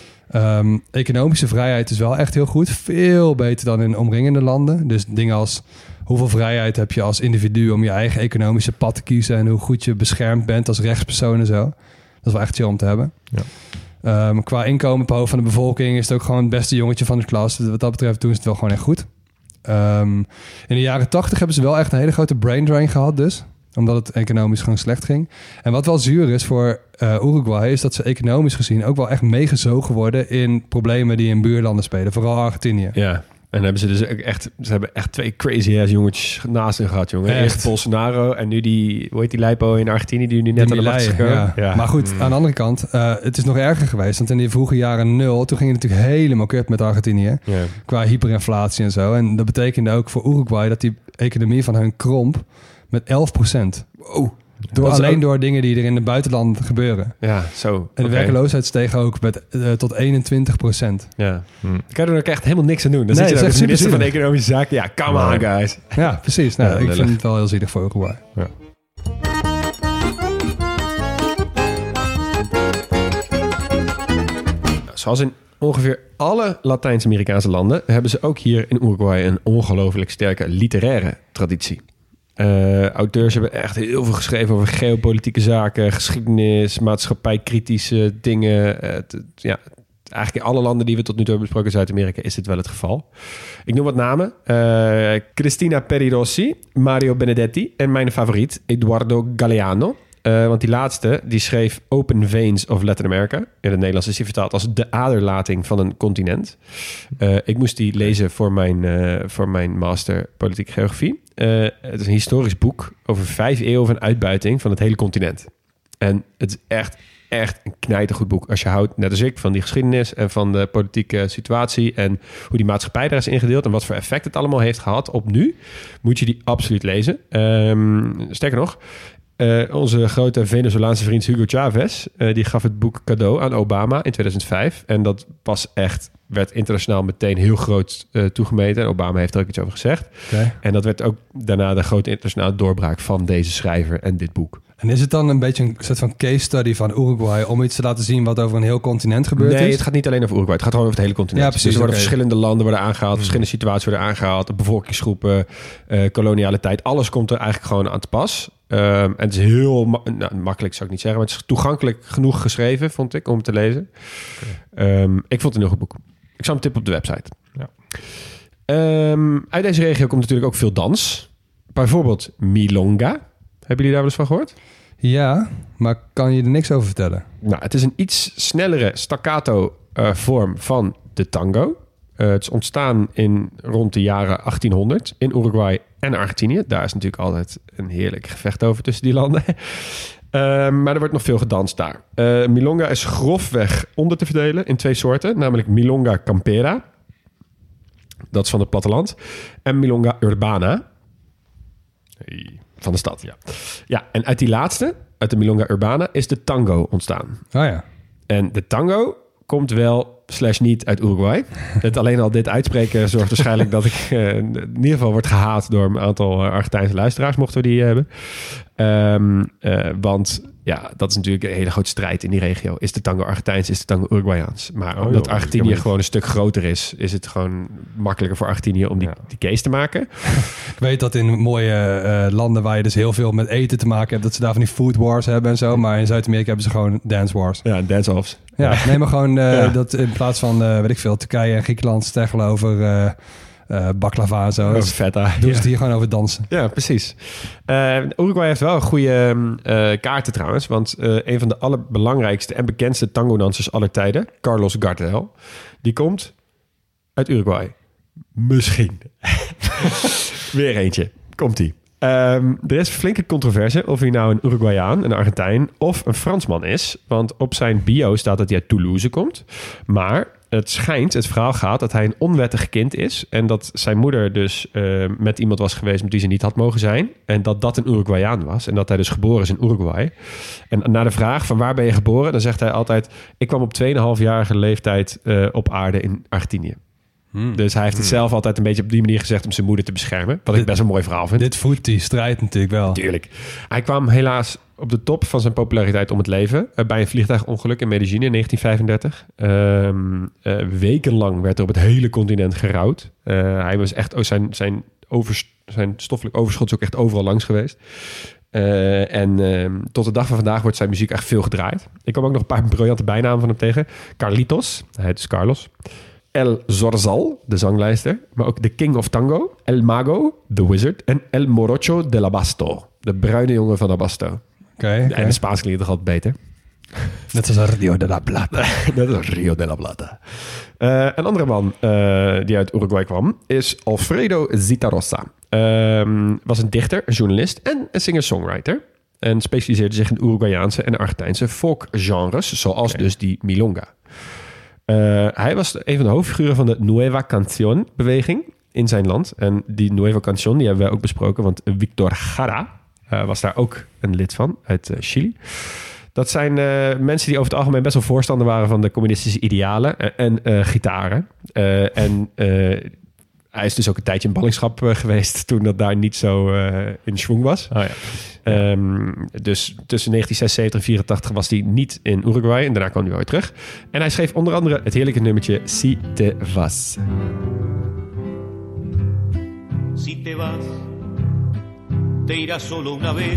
Um, economische vrijheid is wel echt heel goed. Veel beter dan in omringende landen. Dus dingen als hoeveel vrijheid heb je als individu om je eigen economische pad te kiezen en hoe goed je beschermd bent als rechtspersoon en zo. Dat is wel echt chill om te hebben. Ja. Um, qua inkomen per hoofd van de bevolking is het ook gewoon het beste jongetje van de klas. Wat dat betreft doen ze het wel gewoon echt goed. Um, in de jaren tachtig hebben ze wel echt een hele grote brain drain gehad dus. Omdat het economisch gewoon slecht ging. En wat wel zuur is voor uh, Uruguay is dat ze economisch gezien ook wel echt meegezogen worden in problemen die in buurlanden spelen. Vooral Argentinië. Ja. En hebben ze dus ook echt, ze hebben echt twee crazy ass jongetjes naast hen gehad, jongen. Echt. Eerst Bolsonaro en nu die, hoe heet die Lijpo in Argentinië die nu net die aan de macht is gekomen. Ja. Ja. Maar goed, mm. aan de andere kant, uh, het is nog erger geweest. Want in die vroege jaren nul, toen ging het natuurlijk helemaal kut met Argentinië. Ja. Qua hyperinflatie en zo. En dat betekende ook voor Uruguay dat die economie van hun kromp met elf procent. Wow. Door, alleen ook door dingen die er in het buitenland gebeuren. Ja, zo. En de okay. werkloosheid steeg ook met uh, tot eenentwintig procent. Ja. Hm. Kan je er ook echt helemaal niks aan doen. Dan nee, zit je als minister van Economische Zaken. Ja, come on guys. Ja, precies. Nou, ja, ik vind het wel heel zielig voor Uruguay. Ja. zoals in ongeveer alle Latijns-Amerikaanse landen hebben ze ook hier in Uruguay een ongelooflijk sterke literaire traditie. Uh, auteurs hebben echt heel veel geschreven over geopolitieke zaken, geschiedenis, maatschappijkritische dingen. Uh, t, ja, eigenlijk in alle landen die we tot nu toe hebben besproken in Zuid-Amerika is dit wel het geval. Ik noem wat namen. Uh, Cristina Peri Rossi, Mario Benedetti en mijn favoriet Eduardo Galeano. Uh, want die laatste, die schreef Open Veins of Latin America. In het Nederlands is die vertaald als de aderlating van een continent. Uh, ik moest die lezen voor mijn, uh, voor mijn master politieke geografie. Uh, het is een historisch boek over vijf eeuwen van uitbuiting van het hele continent. En het is echt, echt een knijtergoed boek. Als je houdt, net als ik, van die geschiedenis en van de politieke situatie en hoe die maatschappij daar is ingedeeld en wat voor effect het allemaal heeft gehad op nu, moet je die absoluut lezen. Um, sterker nog, Uh, onze grote Venezolaanse vriend Hugo Chavez, uh, die gaf het boek cadeau aan Obama in tweeduizend vijf. En dat was echt, werd internationaal meteen heel groot uh, toegemeten. En Obama heeft er ook iets over gezegd. Okay. En dat werd ook daarna de grote internationale doorbraak van deze schrijver en dit boek. En is het dan een beetje een soort van case study van Uruguay om iets te laten zien wat over een heel continent gebeurd nee, is? Nee, het gaat niet alleen over Uruguay. Het gaat gewoon over het hele continent. Ja, precies. Dus er worden okay. verschillende landen worden aangehaald, hmm. verschillende situaties worden aangehaald, bevolkingsgroepen, uh, koloniale tijd. Alles komt er eigenlijk gewoon aan te pas. Um, en het is heel ma- nou, makkelijk, zou ik niet zeggen, maar het is toegankelijk genoeg geschreven, vond ik, om te lezen. Okay. Um, ik vond het een heel goed boek. Ik zal hem tippen op de website. Ja. Um, uit deze regio komt natuurlijk ook veel dans. Bijvoorbeeld milonga. Hebben jullie daar wel eens van gehoord? Ja, maar kan je er niks over vertellen? Nou, het is een iets snellere staccato uh, vorm van de tango. Uh, het is ontstaan in rond de jaren achttienhonderd in Uruguay en Argentinië. Daar is natuurlijk altijd een heerlijk gevecht over tussen die landen. Uh, maar er wordt nog veel gedanst daar. Uh, milonga is grofweg onder te verdelen in twee soorten. Namelijk milonga campera. Dat is van het platteland. En milonga urbana. Hey. Van de stad, ja. Ja, en uit die laatste, uit de milonga urbana, is de tango ontstaan. Oh ja. En de tango komt wel slash niet uit Uruguay. Het alleen al dit uitspreken zorgt waarschijnlijk dat ik uh, in ieder geval word gehaat door een aantal Argentijnse luisteraars, mochten we die hebben. Um, uh, want ja, dat is natuurlijk een hele grote strijd in die regio. Is de tango Argentijns, is de tango Uruguayaans? Maar oh, omdat joh, Argentinië gewoon een stuk groter is, is het gewoon makkelijker voor Argentinië om die, ja. die case te maken. Ik weet dat in mooie uh, landen waar je dus heel veel met eten te maken hebt, dat ze daar van die food wars hebben en zo. Maar in Zuid-Amerika hebben ze gewoon dance wars. Ja, dance-offs. Ja, ja. Nee, maar gewoon uh, ja. dat in plaats van, uh, weet ik veel, Turkije en Griekenland steggelen over uh, uh, baklava en zo. Over feta. Doen ze ja. het hier gewoon over dansen. Ja, precies. Uh, Uruguay heeft wel een goede uh, kaarten trouwens. Want uh, een van de allerbelangrijkste en bekendste tango-dansers aller tijden, Carlos Gardel, die komt uit Uruguay. Misschien. Weer eentje. Komt-ie. Um, er is flinke controverse of hij nou een Uruguayaan, een Argentijn of een Fransman is. Want op zijn bio staat dat hij uit Toulouse komt. Maar het schijnt, het verhaal gaat, dat hij een onwettig kind is. En dat zijn moeder dus uh, met iemand was geweest met wie ze niet had mogen zijn. En dat dat een Uruguayaan was. En dat hij dus geboren is in Uruguay. En na de vraag van waar ben je geboren, dan zegt hij altijd, ik kwam op twee komma vijf-jarige leeftijd uh, op aarde in Argentinië. Hmm. Dus hij heeft het hmm. zelf altijd een beetje op die manier gezegd om zijn moeder te beschermen. Wat dit, ik best een mooi verhaal vind. Dit voedt die strijd natuurlijk wel. Tuurlijk. Hij kwam helaas op de top van zijn populariteit om het leven. Uh, bij een vliegtuigongeluk in Medellin in negentien vijfendertig. Uh, uh, wekenlang werd er op het hele continent gerouwd. Uh, hij was echt, oh, zijn, zijn, over, zijn stoffelijk overschot is ook echt overal langs geweest. Uh, en uh, tot de dag van vandaag wordt zijn muziek echt veel gedraaid. Ik kwam ook nog een paar briljante bijnamen van hem tegen. Carlitos, hij heet dus Carlos. El Zorzal, de zanglijster. Maar ook de King of Tango. El Mago, de Wizard. En El Morocho de Abasto, de bruine jongen van Abasto. Okay, okay. En de Spaans klinkt toch altijd beter. Net als Rio de la Plata. Net als Rio de la Plata. Uh, een andere man uh, die uit Uruguay kwam is Alfredo Zitarrosa. Uh, was een dichter, een journalist en een singer-songwriter. En specialiseerde zich in Uruguayaanse en Argentijnse folkgenres, zoals okay. dus die milonga. Uh, hij was een van de hoofdfiguren van de Nueva Canción-beweging in zijn land. En die Nueva Canción, die hebben wij ook besproken, want Victor Jara uh, was daar ook een lid van, uit uh, Chili. Dat zijn uh, mensen die over het algemeen best wel voorstander waren van de communistische idealen en uh, gitaren. Uh, en uh, hij is dus ook een tijdje in ballingschap uh, geweest toen dat daar niet zo uh, in schwung was. Oh, ja. Um, dus tussen negentien zesenzeventig en vierentachtig was hij niet in Uruguay en daarna kwam hij weer terug. En hij schreef onder andere het heerlijke nummertje Si te vas. Si te vas, te irás solo una vez.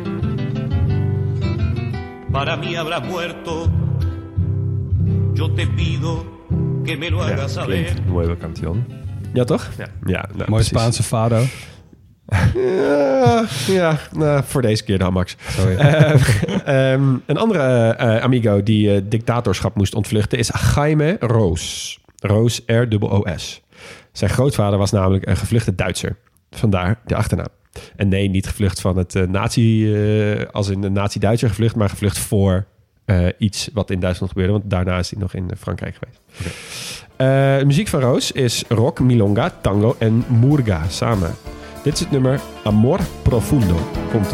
Para mí habrás muerto. Yo te pido que me lo hagas Ja, saber. klinkt Nuevo Canción. Ja, toch? Ja. ja nou, Mooi precies. Spaanse fado. Ja, ja nou, voor deze keer dan, Max. Sorry. Uh, um, een andere uh, amigo die uh, dictatorschap moest ontvluchten is Jaime Roos. Roos, R O O S. Zijn grootvader was namelijk een gevluchte Duitser. Vandaar de achternaam. En nee, niet gevlucht van het uh, nazi, uh, als in een nazi-Duitser gevlucht, maar gevlucht voor uh, iets wat in Duitsland gebeurde. Want daarna is hij nog in Frankrijk geweest. Okay. Uh, de muziek van Roos is rock, milonga, tango en murga samen. Dit is het nummer Amor Profundo. Komt-ie.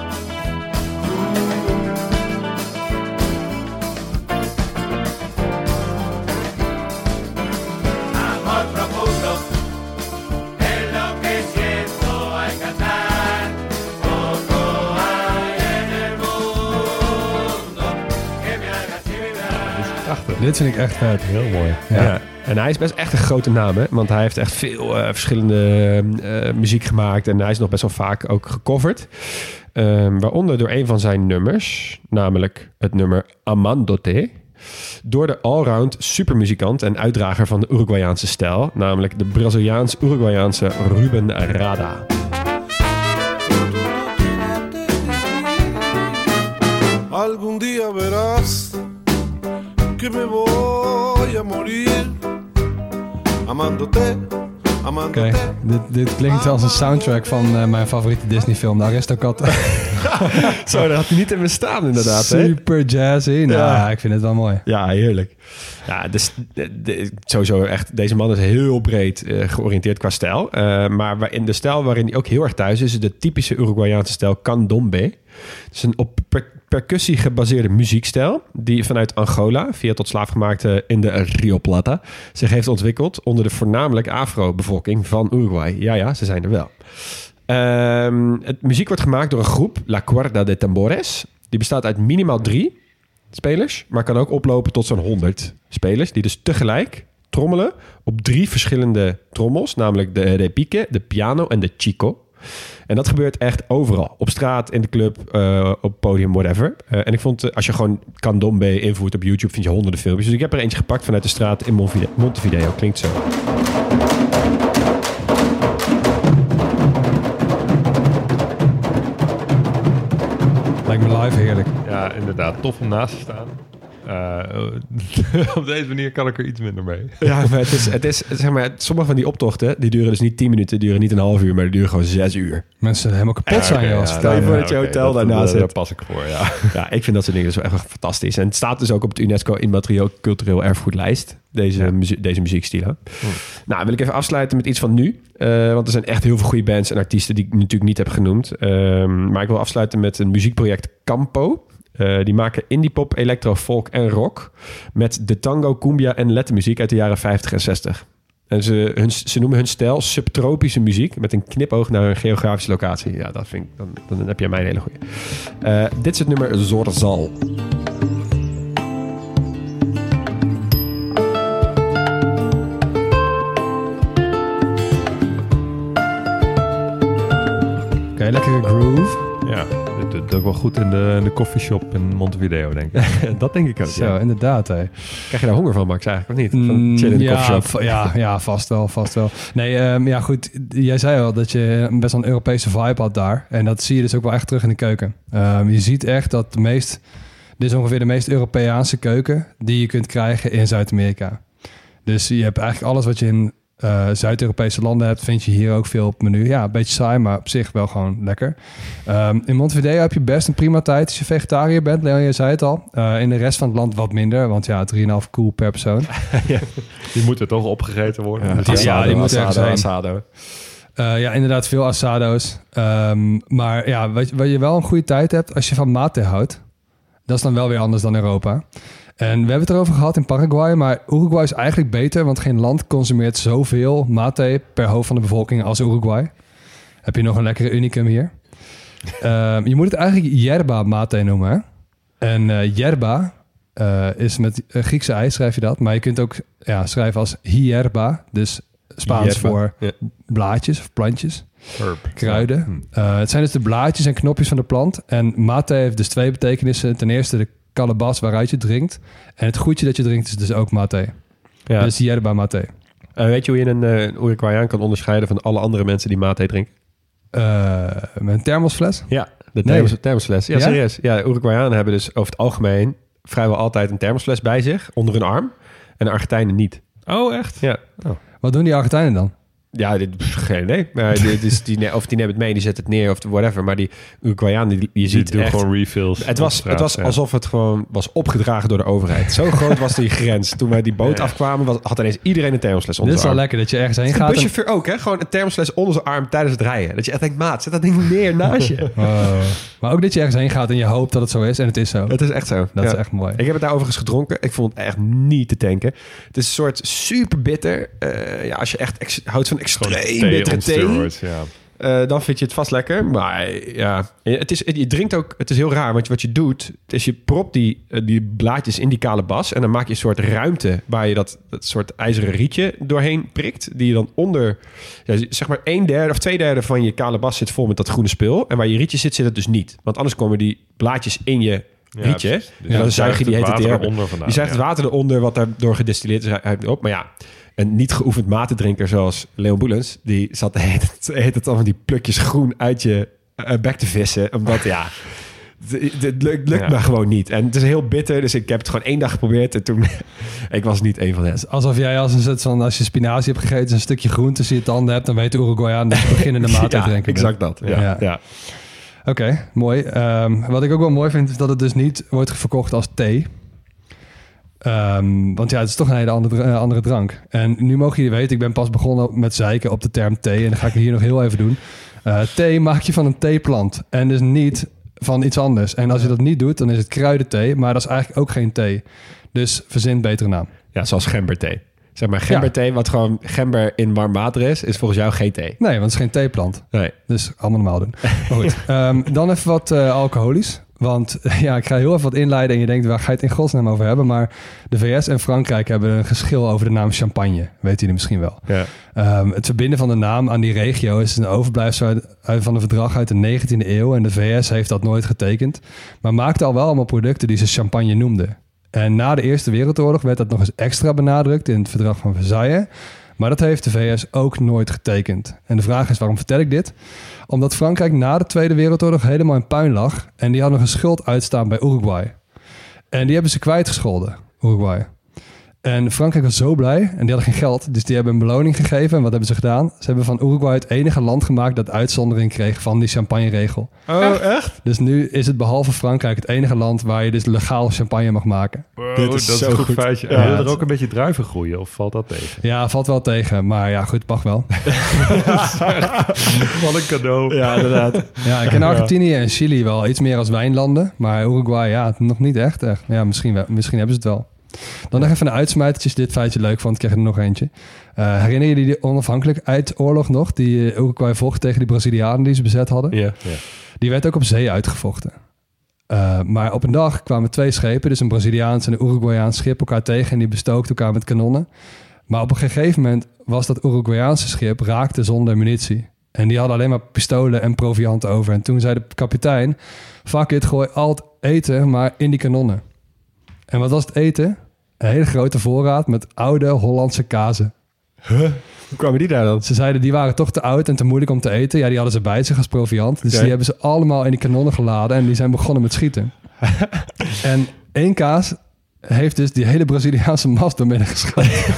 Dit vind ik echt vet. Heel mooi. Ja. Ja. En hij is best echt een grote naam, hè? Want hij heeft echt veel uh, verschillende uh, muziek gemaakt. En hij is nog best wel vaak ook gecoverd. Um, waaronder door een van zijn nummers, namelijk het nummer Amandote. Door de allround supermuzikant en uitdrager van de Uruguayaanse stijl. Namelijk de Braziliaans-Uruguayaanse Ruben Rada. Algún día verás que me voy a morir amándote, amándote. Oké, okay. dit, dit klinkt als een soundtrack van uh, mijn favoriete Disney film, de Aristocat. Zo, dat had hij niet in bestaan inderdaad. Super hè? Jazzy. Nou, ja. ik vind het wel mooi. Ja, heerlijk. Ja, dus de, de, sowieso echt, deze man is heel breed uh, georiënteerd qua stijl. Uh, maar in de stijl waarin hij ook heel erg thuis is, is de typische Uruguayaanse stijl candombe. Het is een op per- percussie gebaseerde muziekstijl die vanuit Angola, via tot slaafgemaakte in de Rio Plata, zich heeft ontwikkeld onder de voornamelijk Afro-bevolking van Uruguay. Ja, ja, ze zijn er wel. Um, het muziek wordt gemaakt door een groep, La Cuerda de Tambores. Die bestaat uit minimaal drie spelers, maar kan ook oplopen tot zo'n honderd spelers, die dus tegelijk trommelen op drie verschillende trommels, namelijk de repique, de piano en de chico. En dat gebeurt echt overal. Op straat, in de club, uh, op podium, whatever. Uh, en ik vond, uh, als je gewoon candombe invoert op YouTube, vind je honderden filmpjes. Dus ik heb er eentje gepakt vanuit de straat in Montevideo. Montevideo. Klinkt zo. Lijkt me live heerlijk. Ja, inderdaad. Tof om naast te staan. Uh, op deze manier kan ik er iets minder mee. Ja, maar het is, het is, zeg maar, sommige van die optochten, die duren dus niet tien minuten, duren niet een half uur, maar die duren gewoon zes uur. Mensen helemaal kapot Ja, zijn, oké, joh. ja, Stel Stel je je voor voor dat je oké, hotel dat- daarnaast Daar zit. pas ik voor, ja. Ja, ik vind dat soort dingen dus wel echt fantastisch. En het staat dus ook op het UNESCO Immaterieel Cultureel Erfgoedlijst, deze, Ja. muzie- deze muziekstijlen. Hmm. Nou, wil ik even afsluiten met iets van nu. Uh, want er zijn echt heel veel goede bands en artiesten die ik natuurlijk niet heb genoemd. Um, maar ik wil afsluiten met een muziekproject Campo. Uh, die maken indie pop, electro, folk en rock met de tango, cumbia en lettermuziek uit de jaren vijftig en zestig. En ze, hun, ze noemen hun stijl subtropische muziek met een knipoog naar een geografische locatie. Ja, dat vind ik, dan, dan heb jij mij een hele goeie. Uh, dit is het nummer Zorzal. Oké, okay, lekkere groove. Ja, dit doet ook wel goed in de, in de coffeeshop in Montevideo, denk ik. Dat denk ik ook, Zo, ja. inderdaad, hè. Krijg je daar honger van, Max, eigenlijk, of niet? Van Mm, chillen in de ja, coffeeshop. va- ja, ja, vast wel, vast wel. Nee, um, ja goed, jij zei al dat je best wel een Europese vibe had daar. En dat zie je dus ook wel echt terug in de keuken. Um, je ziet echt dat de meest... Dit is ongeveer de meest Europeaanse keuken die je kunt krijgen in Zuid-Amerika. Dus je hebt eigenlijk alles wat je in uh, Zuid-Europese landen hebt, vind je hier ook veel op het menu. Ja, een beetje saai, maar op zich wel gewoon lekker. Um, in Montevideo heb je best een prima tijd als je vegetariër bent. Leon, je zei het al. Uh, in de rest van het land wat minder, want ja, drie komma vijf koe per persoon. Die moeten toch opgegeten worden. Ja, Dus die- ja, ja, die moet asado, ergens zijn. asado. Uh, ja, inderdaad, veel asado's. Um, maar ja, wat, wat je wel een goede tijd hebt als je van mate houdt, dat is dan wel weer anders dan Europa. En we hebben het erover gehad in Paraguay, maar Uruguay is eigenlijk beter, want geen land consumeert zoveel mate per hoofd van de bevolking als Uruguay. Heb je nog een lekkere unicum hier? uh, je moet het eigenlijk yerba mate noemen. Hè? En uh, yerba uh, is met uh, Griekse ei schrijf je dat, maar je kunt ook ja, schrijven als hierba, dus Spaans yerba. Voor ja. blaadjes of plantjes. Herb. Kruiden. Uh, het zijn dus de blaadjes en knopjes van de plant. En mate heeft dus twee betekenissen. Ten eerste de kalebas waaruit je drinkt. En het goedje dat je drinkt is dus ook mate. Ja. Dus yerba mate. Uh, weet je hoe je een, uh, een Uruguayaan kan onderscheiden van alle andere mensen die mate drinken? Uh, met een thermosfles? Ja, de thermos, nee. thermosfles. Ja, ja, serieus. Ja, Uruguayanen hebben dus over het algemeen vrijwel altijd een thermosfles bij zich, onder hun arm. En de Argentijnen niet. Oh, echt? Ja. Oh. Wat doen die Argentijnen dan? Ja, dit, geen idee. Maar dit is die, of die neemt het mee, die zet het neer of whatever. Maar die Uruguayaan, die, je ziet die echt... gewoon refills. Het was, straat, het was ja. alsof het gewoon was opgedragen door de overheid. Zo groot was die grens. Toen wij die boot ja. afkwamen, was, had ineens iedereen een thermosfles onder Dit is zijn wel arm. lekker dat je ergens heen de gaat. De buschauffeur en... ook, hè? Gewoon een thermosfles onder zijn arm tijdens het rijden. Dat je echt denkt, maat, zet dat ding neer naast je. Oh. Maar ook dat je ergens heen gaat en je hoopt dat het zo is. En het is zo. Het is echt zo. Dat ja. is echt mooi. Ik heb het daar overigens gedronken. Ik vond het echt niet te tanken. Het is een soort super bitter. Uh, ja, als je echt ex- houdt van extreem bittere thee. Steroids, ja. Uh, dan vind je het vast lekker. Maar ja, het is, je drinkt ook... Het is heel raar, want wat je doet... is je propt die, die blaadjes in die kalebas... en dan maak je een soort ruimte... waar je dat, dat soort ijzeren rietje doorheen prikt... die je dan onder... Ja, zeg maar een derde of twee derde van je kalebas zit vol met dat groene spul... en waar je rietje zit, zit het dus niet. Want anders komen die blaadjes in je rietje... Ja, dus en dan zuig je die hete thee eronder. Je zuigt het water eronder... wat daardoor gedestilleerd is op. Maar ja... Een niet geoefend matedrinker zoals Leon Boelens... die zat de hele tijd het allemaal die plukjes groen uit je uh, bek te vissen. Omdat, ja, het, het lukt, lukt ja. me gewoon niet. En het is heel bitter, dus ik heb het gewoon één dag geprobeerd... en toen, ik was niet één van hen. Alsof jij als een soort van, als je spinazie hebt gegeten... een stukje groen tussen je tanden hebt... dan weet de Uruguayaan dat je beginnende mate ja, drinken. exact dat. Ja, ja. ja. Oké, okay, mooi. Um, wat ik ook wel mooi vind... is dat het dus niet wordt verkocht als thee... Um, want ja, het is toch een hele andere, uh, andere drank. En nu mogen jullie weten, ik ben pas begonnen met zeiken op de term thee. En dat ga ik hier nog heel even doen. Uh, thee maak je van een theeplant. En dus niet van iets anders. En als je dat niet doet, dan is het kruidenthee. Maar dat is eigenlijk ook geen thee. Dus verzin een betere naam. Ja, zoals gemberthee. Zeg maar gemberthee, ja. wat gewoon gember in warm water is... is volgens jou geen thee. Nee, want het is geen theeplant. Nee. Dus allemaal normaal doen. Maar goed, um, dan even wat uh, alcoholisch. Want ja, ik ga heel even wat inleiden en je denkt, waar ga je het in godsnaam over hebben? Maar de V S en Frankrijk hebben een geschil over de naam champagne. Weten jullie misschien wel. Ja. Um, het verbinden van de naam aan die regio is een overblijfsel uit, uit, van een verdrag uit de negentiende eeuw. En de V S heeft dat nooit getekend. Maar maakte al wel allemaal producten die ze champagne noemden. En na de Eerste Wereldoorlog werd dat nog eens extra benadrukt in het verdrag van Versailles. Maar dat heeft de V S ook nooit getekend. En de vraag is, waarom vertel ik dit? Omdat Frankrijk na de Tweede Wereldoorlog helemaal in puin lag. En die hadden nog een schuld uitstaan bij Uruguay. En die hebben ze kwijtgescholden, Uruguay. En Frankrijk was zo blij en die hadden geen geld. Dus die hebben een beloning gegeven. En wat hebben ze gedaan? Ze hebben van Uruguay het enige land gemaakt dat uitzondering kreeg van die champagne-regel. Oh, echt? Dus nu is het behalve Frankrijk het enige land waar je dus legaal champagne mag maken. Wow, Dit is dat zo is een goed, goed. feitje. Ja, wil er ook een beetje druiven groeien of valt dat tegen? Ja, valt wel tegen. Maar ja, goed, mag wel. Wat een cadeau. Ja, inderdaad. Ja, ik ken Argentinië en Chili wel iets meer als wijnlanden. Maar Uruguay, ja, nog niet echt. echt. Ja, misschien, wel, misschien hebben ze het wel. Dan nog even een uitsmijtertjes. Dit feitje leuk vond, ik krijg er nog eentje. Uh, herinner je die de onafhankelijkheidsoorlog nog? Die uh, Uruguay vocht tegen die Brazilianen die ze bezet hadden? Ja. ja. Die werd ook op zee uitgevochten. Uh, maar op een dag kwamen twee schepen, dus een Braziliaans en een Uruguayaans schip, elkaar tegen en die bestookten elkaar met kanonnen. Maar op een gegeven moment was dat Uruguayaanse schip raakte zonder munitie. En die hadden alleen maar pistolen en proviant over. En toen zei de kapitein, fuck it, gooi al het eten maar in die kanonnen. En wat was het eten? Een hele grote voorraad met oude Hollandse kazen. Huh? Hoe kwamen die daar dan? Ze zeiden, die waren toch te oud en te moeilijk om te eten. Ja, die hadden ze bij zich als proviant. Dus okay. die hebben ze allemaal in die kanonnen geladen en die zijn begonnen met schieten. En één kaas heeft dus die hele Braziliaanse mast doormidden geschoten.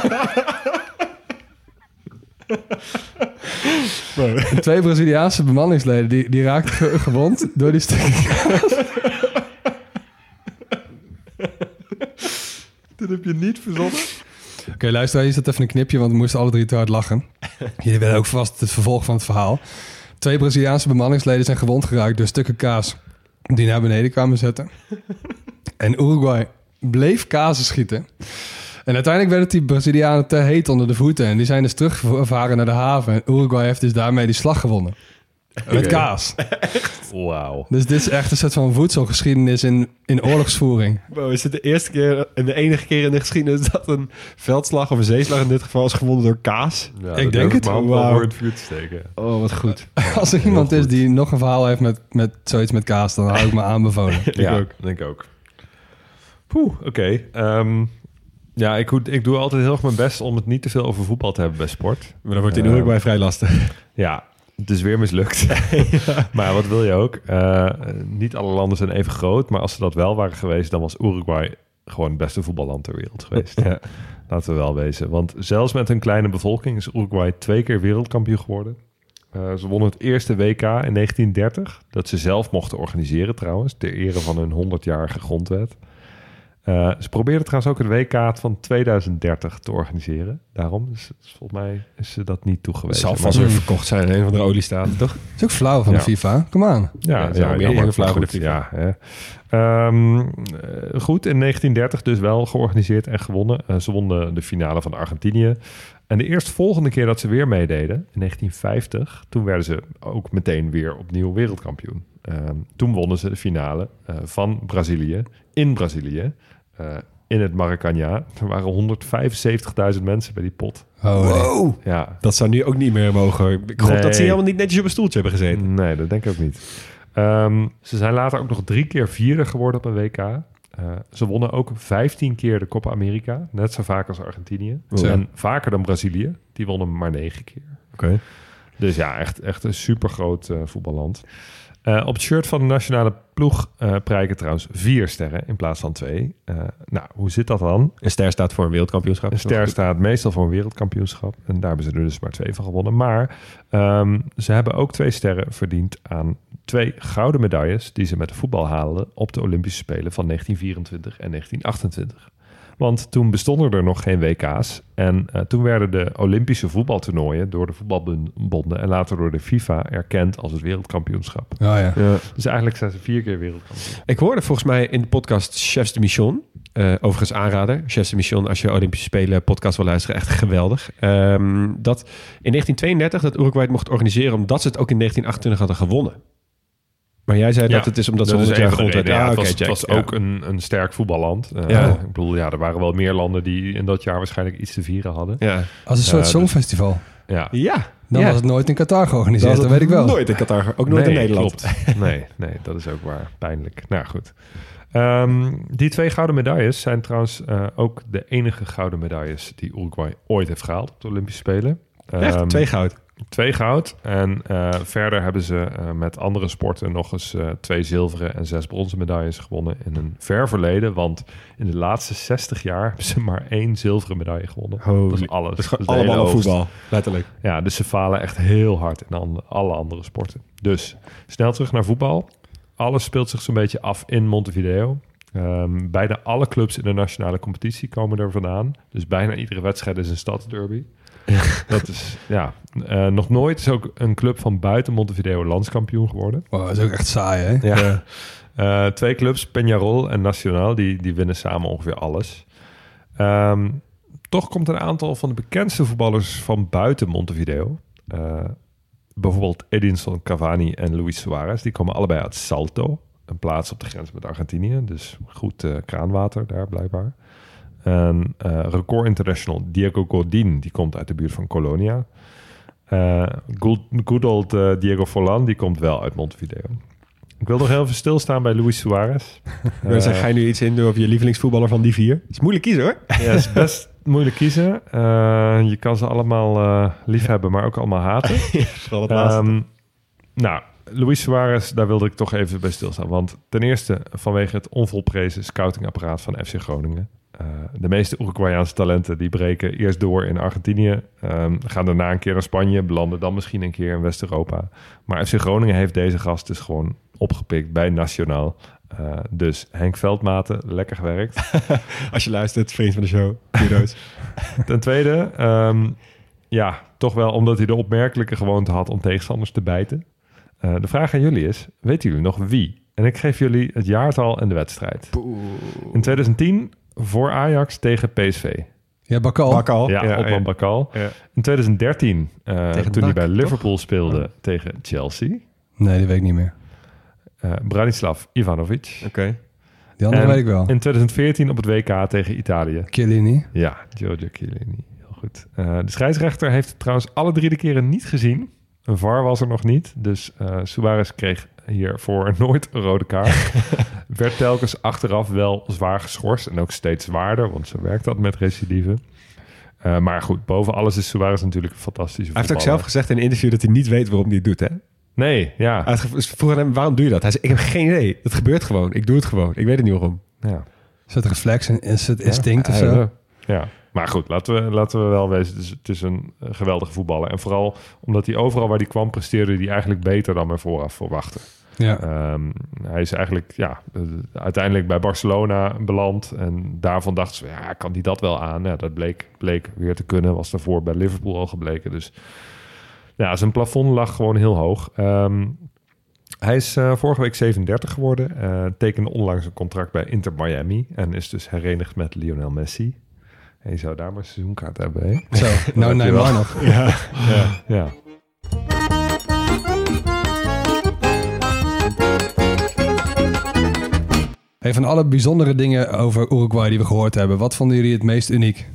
En twee Braziliaanse bemanningsleden, die, die raakten ge- gewond door die stukken kaas. Dit heb je niet verzonnen? Oké, okay, luister, hier staat even een knipje, want we moesten alle drie te hard lachen. Jullie willen ook vast het vervolg van het verhaal. Twee Braziliaanse bemanningsleden zijn gewond geraakt door stukken kaas die naar beneden kwamen zetten. En Uruguay bleef kazen schieten. En uiteindelijk werden die Brazilianen te heet onder de voeten. En die zijn dus teruggevaren naar de haven. En Uruguay heeft dus daarmee die slag gewonnen. Met Oké. kaas. Wauw. Dus dit is echt een soort van voedselgeschiedenis in, in oorlogsvoering. Wow, is het de eerste keer en de enige keer in de geschiedenis dat een veldslag of een zeeslag in dit geval is gewonnen door kaas? Ja, Ik dat denk durf het. mijn hand wel Wauw. voor het vuur te steken. Oh, wat goed. Als er heel iemand is goed. die nog een verhaal heeft met, met zoiets met kaas, dan hou ik me aanbevolen. Ja, ook. denk ik ook. Poeh, oké. Ehm, ja, ik, doe- ik doe altijd heel erg mijn best om het niet te veel over voetbal te hebben bij sport. Maar dan wordt in Eh, Uruguay vrij lastig. Ja, het is weer mislukt. Maar wat wil je ook? Eh, niet alle landen zijn even groot, maar als ze dat wel waren geweest, dan was Uruguay gewoon het beste voetballand ter wereld geweest. Ja. Laten we wel wezen. Want zelfs met een kleine bevolking is Uruguay twee keer wereldkampioen geworden. Uh, ze wonnen het eerste W K in negentien dertig, dat ze zelf mochten organiseren trouwens, ter ere van hun honderdjarige grondwet. Uh, ze probeerden trouwens ook het W K van tweeduizend dertig te organiseren. Daarom, dus, dus volgens mij is ze dat niet Het toegewezen. zal Maar- vast weer verkocht zijn in een van de oliestaten, toch? Dat is ook flauw van Ja. de FIFA. Kom aan. Ja, Ja, ja, dat is wel meer jammer, heel flauw maar voor de goed, FIFA. ja, hè. Ehm, eh, goed, in negentien dertig dus wel georganiseerd en gewonnen. Uh, ze wonnen de finale van Argentinië. En de eerstvolgende keer dat ze weer meededen, in negentien vijftig... toen werden ze ook meteen weer opnieuw wereldkampioen. Ehm, toen wonnen ze de finale uh, van Brazilië, in Brazilië... Uh, in het Maracanã. Er waren honderdvijfenzeventigduizend mensen bij die pot. Oh, nee. Wow! Ja, Dat zou nu ook niet meer mogen. Ik hoop Nee. dat ze helemaal niet netjes op een stoeltje hebben gezeten. nee, dat denk ik ook niet. Ehm, ze zijn later ook nog drie keer vierde geworden op een W K. Uh, ze wonnen ook vijftien keer de Copa America. Net zo vaak als Argentinië. Zo. En vaker dan Brazilië. Die wonnen maar negen keer. Oké. Dus ja, echt, echt een supergroot uh, voetballand. Uh, op het shirt van de nationale ploeg uh, prijken trouwens vier sterren in plaats van twee. Uh, nou, hoe zit dat dan? Een ster staat voor een wereldkampioenschap. Een ster staat meestal voor een wereldkampioenschap. En daar hebben ze er dus maar twee van gewonnen. Maar um, ze hebben ook twee sterren verdiend aan twee gouden medailles... die ze met de voetbal haalden op de Olympische Spelen van negentien vierentwintig en negentien achtentwintig. Want toen bestonden er nog geen W K's. En uh, toen werden de Olympische voetbaltoernooien door de voetbalbonden... en later door de FIFA erkend als het wereldkampioenschap. Oh, ja. Ja. Dus eigenlijk zijn ze vier keer wereldkampioen. Ik hoorde volgens mij in de podcast Chefs de Mission. Uh, overigens aanrader. Chefs de Mission, als je Olympische Spelen podcast wil luisteren. Echt geweldig. Um, dat in negentien tweeëndertig dat Uruguay het mocht organiseren... omdat ze het ook in negentien achtentwintig hadden gewonnen. Maar jij zei Ja, dat het is omdat ze dat is honderd jaar een van de grondwet... redenen. Ja, Ah, het oké, was, check. het was Ja. ook een, een sterk voetballand. Uh, Ja. Ik bedoel, ja, er waren wel meer landen die in dat jaar waarschijnlijk iets te vieren hadden. Ja. Als een soort dus- songfestival. Ja, Ja. Dan ja. was het nooit in Qatar georganiseerd, Dat dat, was weet ik wel. Nooit in Qatar, ook nooit nee, in Nederland. Klopt. Nee, nee, dat is ook waar. Pijnlijk. Nou goed. Um, die twee gouden medailles zijn trouwens uh, ook de enige gouden medailles die Uruguay ooit heeft gehaald op de Olympische Spelen. Echt? Um, Twee goud. Twee goud. En uh, verder hebben ze uh, met andere sporten nog eens uh, twee zilveren en zes bronzen medailles gewonnen in een ver verleden. Want in de laatste zestig jaar hebben ze maar één zilveren medaille gewonnen. Holy. Dat is alles. Dat is gewoon Dat is de allemaal hele oogst. voetbal, letterlijk. Ja, dus ze falen echt heel hard in an- alle andere sporten. Dus snel terug naar voetbal. Alles speelt zich zo'n beetje af in Montevideo. Um, bijna alle clubs in de nationale competitie komen er vandaan. Dus bijna iedere wedstrijd is een stadsderby. Dat is, ja, uh, nog nooit is ook een club van buiten Montevideo landskampioen geworden. Oh, dat is ook echt saai, hè? Ja. Uh, twee clubs, Peñarol en Nacional, die, die winnen samen ongeveer alles. Um, toch komt een aantal van de bekendste voetballers van buiten Montevideo. Uh, bijvoorbeeld Edinson Cavani en Luis Suarez. Die komen allebei uit Salto, een plaats op de grens met Argentinië. Dus goed uh, kraanwater daar blijkbaar. En uh, record international Diego Godin, die komt uit de buurt van Colonia. Uh, good, good old uh, Diego Forlan, die komt wel uit Montevideo. Ik wil nog heel even stilstaan bij Luis Suarez. Uh, zeg, ga je nu iets in doen over je lievelingsvoetballer van die vier? Het is moeilijk kiezen, hoor. Ja, het is best moeilijk kiezen. Uh, je kan ze allemaal uh, liefhebben, maar ook allemaal haten. Ja, vooral het laatste. Um, nou, Luis Suarez, daar wilde ik toch even bij stilstaan. Want ten eerste vanwege het onvolprezen scoutingapparaat van F C Groningen. Uh, de meeste Uruguayaanse talenten die breken eerst door in Argentinië, um, gaan daarna een keer naar Spanje, belanden dan misschien een keer in West-Europa. Maar F C Groningen heeft deze gast dus gewoon opgepikt bij Nacionaal. Uh, dus Henk Veldmaten, lekker gewerkt. Als je luistert, vriend van de show, kudos. Ten tweede, um, ja, toch wel omdat hij de opmerkelijke gewoonte had om tegenstanders te bijten. Uh, de vraag aan jullie is, weten jullie nog wie En ik geef jullie het jaartal en de wedstrijd. Poeh. In twintig tien voor Ajax tegen P S V. Ja, Bakal. Bakal. Ja, Ja, Otman ja. Bakal. Ja. In twintig dertien, uh, Tegen toen hij N A C, bij toch? Liverpool speelde tegen Chelsea. Nee, die weet ik niet meer. Uh, Branislav Ivanovic. Oké. Die andere En weet ik wel. in twintig veertien op het W K tegen Italië. Chiellini. Ja, Giorgio Chiellini. Heel goed. Uh, de scheidsrechter heeft het trouwens alle drie de keren niet gezien. Een V A R was er nog niet. Dus uh, Suarez kreeg hiervoor nooit een rode kaart. Werd telkens achteraf wel zwaar geschorst. En ook steeds zwaarder, want zo werkt dat met recidive. Uh, maar goed, boven alles is Suarez natuurlijk een fantastische Hij heeft ook voetballer. zelf gezegd in een interview dat hij niet weet waarom hij het doet, hè? Nee, ja. Hij had ge- vroeg aan hem, waarom doe je dat? Hij zei, ik heb geen idee. Het gebeurt gewoon. Ik doe het gewoon. Ik weet het niet waarom. ja. Is het reflex en is het instinct of Ja, zo? ja. Ja, maar goed, laten we, laten we wel wezen. Het is, het is een uh, geweldige voetballer. En vooral omdat hij overal waar hij kwam presteerde... hij eigenlijk beter dan men vooraf verwachtte. Ja. Um, hij is eigenlijk ja, uh, uiteindelijk bij Barcelona beland. En daarvan dachten ze, ja, kan hij dat wel aan? Ja, dat bleek, bleek weer te kunnen. Was daarvoor bij Liverpool al gebleken. Dus ja, zijn plafond lag gewoon heel hoog. Um, hij is uh, vorige week zevenendertig geworden. Uh, tekende onlangs een contract bij Inter Miami. En is dus herenigd met Lionel Messi. En je zou daar maar een seizoenkaart hebben, hè? Zo, nou heb je Neymar wel. nog. Ja, ja, ja. Hey, van alle bijzondere dingen over Uruguay die we gehoord hebben, wat vonden jullie het meest uniek?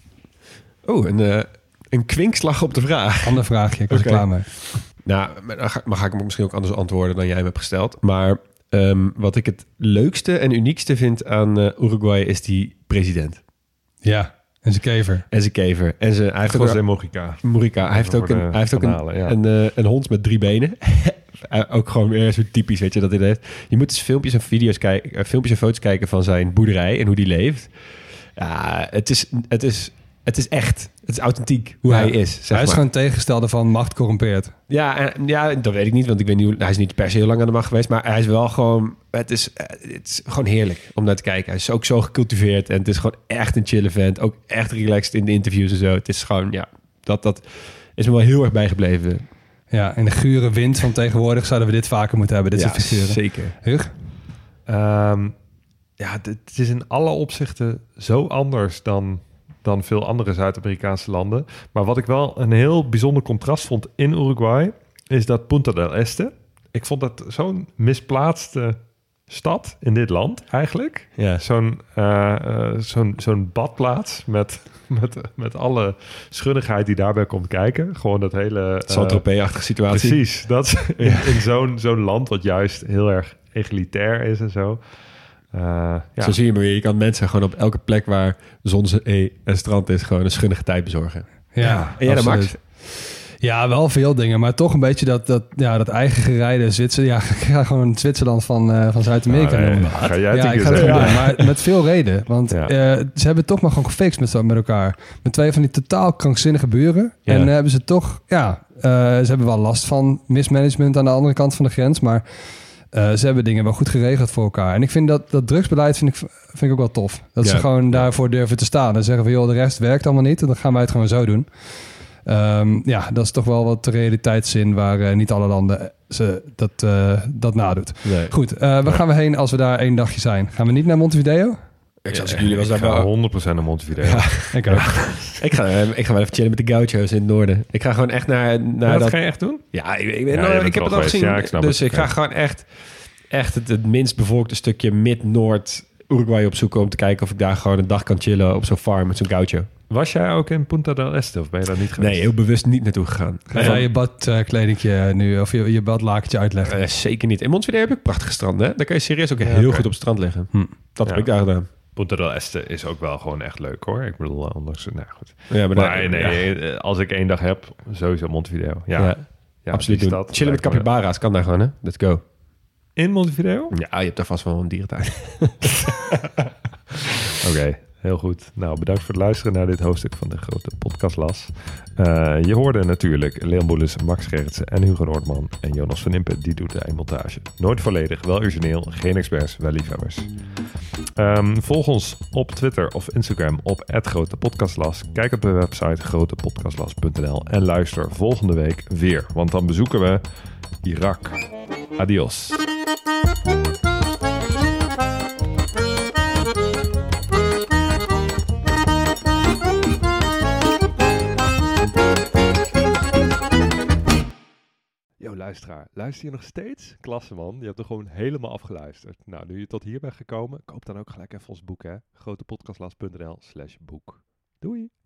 Oh, een, uh, een kwinkslag op de vraag. Ander vraagje, ik was Oké. er klaar mee. Nou, maar dan ga, maar ga ik hem misschien ook anders antwoorden dan jij hem hebt gesteld. Maar um, wat ik het leukste en uniekste vind aan uh, Uruguay is die president. Ja, en zijn kever. En zijn kever. En zijn, hij heeft ook José een, Mojica. Morica. Hij heeft ook Voor een, de hij heeft ook een, kanalen, ja. een, uh, een hond met drie benen. Uh, ook gewoon weer zo typisch, weet je, dat hij dat heeft. Je moet eens filmpjes en video's kijken, uh, filmpjes en foto's kijken van zijn boerderij en hoe die leeft. Ja, het is, het is, het is echt. Het is authentiek hoe Ja. hij is. Zeg Hij is maar. gewoon tegengestelde van macht corrumpeert. Ja, en, ja, dat weet ik niet, want ik weet niet hoe, hij is niet per se heel lang aan de macht geweest, maar hij is wel gewoon, het is, het is gewoon heerlijk om naar te kijken. Hij is ook zo gecultiveerd en het is gewoon echt een chill vent, ook echt relaxed in de interviews en zo. Het is gewoon, ja, dat, dat is me wel heel erg bijgebleven. Ja, in de gure wind van tegenwoordig zouden we dit vaker moeten hebben, dit Ja, soort figuren. zeker. Hug? Um, ja, d- het is in alle opzichten zo anders dan, dan veel andere Zuid-Amerikaanse landen. Maar wat ik wel een heel bijzonder contrast vond in Uruguay, is dat Punta del Este. Ik vond dat zo'n misplaatste stad in dit land eigenlijk. Ja. Zo'n, uh, uh, zo'n, zo'n badplaats met, met, met alle schunnigheid die daarbij komt kijken. Gewoon dat hele... uh, Saint-Tropez-achtige situatie. Precies, dat in, in zo'n, zo'n land wat juist heel erg egalitair is en zo. Uh, ja. Zo zie je maar weer. Je kan mensen gewoon op elke plek waar zon, zee en strand is, gewoon een schunnige tijd bezorgen. Ja, En jij dan, Max? absoluut. Ja, wel veel dingen, maar toch een beetje dat, dat, ja, dat eigen gerijde Zwitserland. Ja, ik ga gewoon het Zwitserland van, uh, van Zuid-Amerika Ah, nee. noemen. Ga jij het ja, een ik keer ga het gewoon zeggen? doen, maar met veel reden. Want Ja. uh, ze hebben het toch maar gewoon gefixt met, zo- met elkaar. Met twee van die totaal krankzinnige buren. Ja. En uh, hebben ze toch, ja, uh, ze hebben wel last van mismanagement aan de andere kant van de grens, maar uh, ze hebben dingen wel goed geregeld voor elkaar. En ik vind dat, dat drugsbeleid vind ik, vind ik ook wel tof. Dat Ja. ze gewoon daarvoor durven te staan en zeggen van joh, de rest werkt allemaal niet en dan gaan wij het gewoon zo doen. Um, ja, dat is toch wel wat de realiteitszin waar uh, niet alle landen ze dat, uh, dat nadoet. Nee. Goed, uh, waar gaan we heen als we daar één dagje zijn? Gaan we niet naar Montevideo? Ik zou jullie was Ik daar ga wel. honderd procent naar Montevideo. Ja. Ik ook. Ik ga, eh, ik ga wel even chillen met de gaucho's in het noorden. Ik ga gewoon echt naar, naar Ja, dat dat. ga je echt doen? Ja, ik, ik, je nou, bent ik heb er het al al geweest. gezien. Ja, ik snap dus het. ik ga Ja. gewoon echt, echt het, het minst bevolkte stukje mid-noord Uruguay opzoeken om te kijken of ik daar gewoon een dag kan chillen op zo'n farm met zo'n gaucho. Was jij ook in Punta del Este of ben je daar niet geweest? Nee, heel bewust niet naartoe gegaan. Ga jij je badkledingje nu, of je, je badlakentje uitleggen? Eh, zeker niet. In Montevideo heb ik prachtige stranden. Hè? Daar kan je serieus ook Ja, heel oké. goed op het strand liggen. Hm. Dat Ja. heb ik daar gedaan. Punta del Este is ook wel gewoon echt leuk hoor. Ik bedoel, anders... Nou goed. Ja, maar, Maar daar- nee, ja. eh, als ik één dag heb, sowieso Montevideo. Ja, Ja, ja, absoluut die doen. stad Chillen met lijkt me- capybara's kan daar gewoon, hè? Let's go. In Montevideo? Ja, je hebt daar vast wel een dierentuin. Oké, heel goed. Nou, bedankt voor het luisteren naar dit hoofdstuk van de grote podcastlas. Uh, je hoorde natuurlijk Leon Boelis, Max Gerritsen en Hugo Noordman. En Jonas van Impe, die doet de eindmontage. Nooit volledig, wel origineel, geen experts, wel liefhebbers. Um, volg ons op Twitter of Instagram op at grote podcastlas. Kijk op de website grote podcastlas punt n l en luister volgende week weer. Want dan bezoeken we Irak. Adios. luisteraar, luister je nog steeds? Klasse man, je hebt er gewoon helemaal afgeluisterd. Nou, nu je tot hier bent gekomen, koop dan ook gelijk even ons boek, hè. grotepodcastlas.nl slash boek. Doei!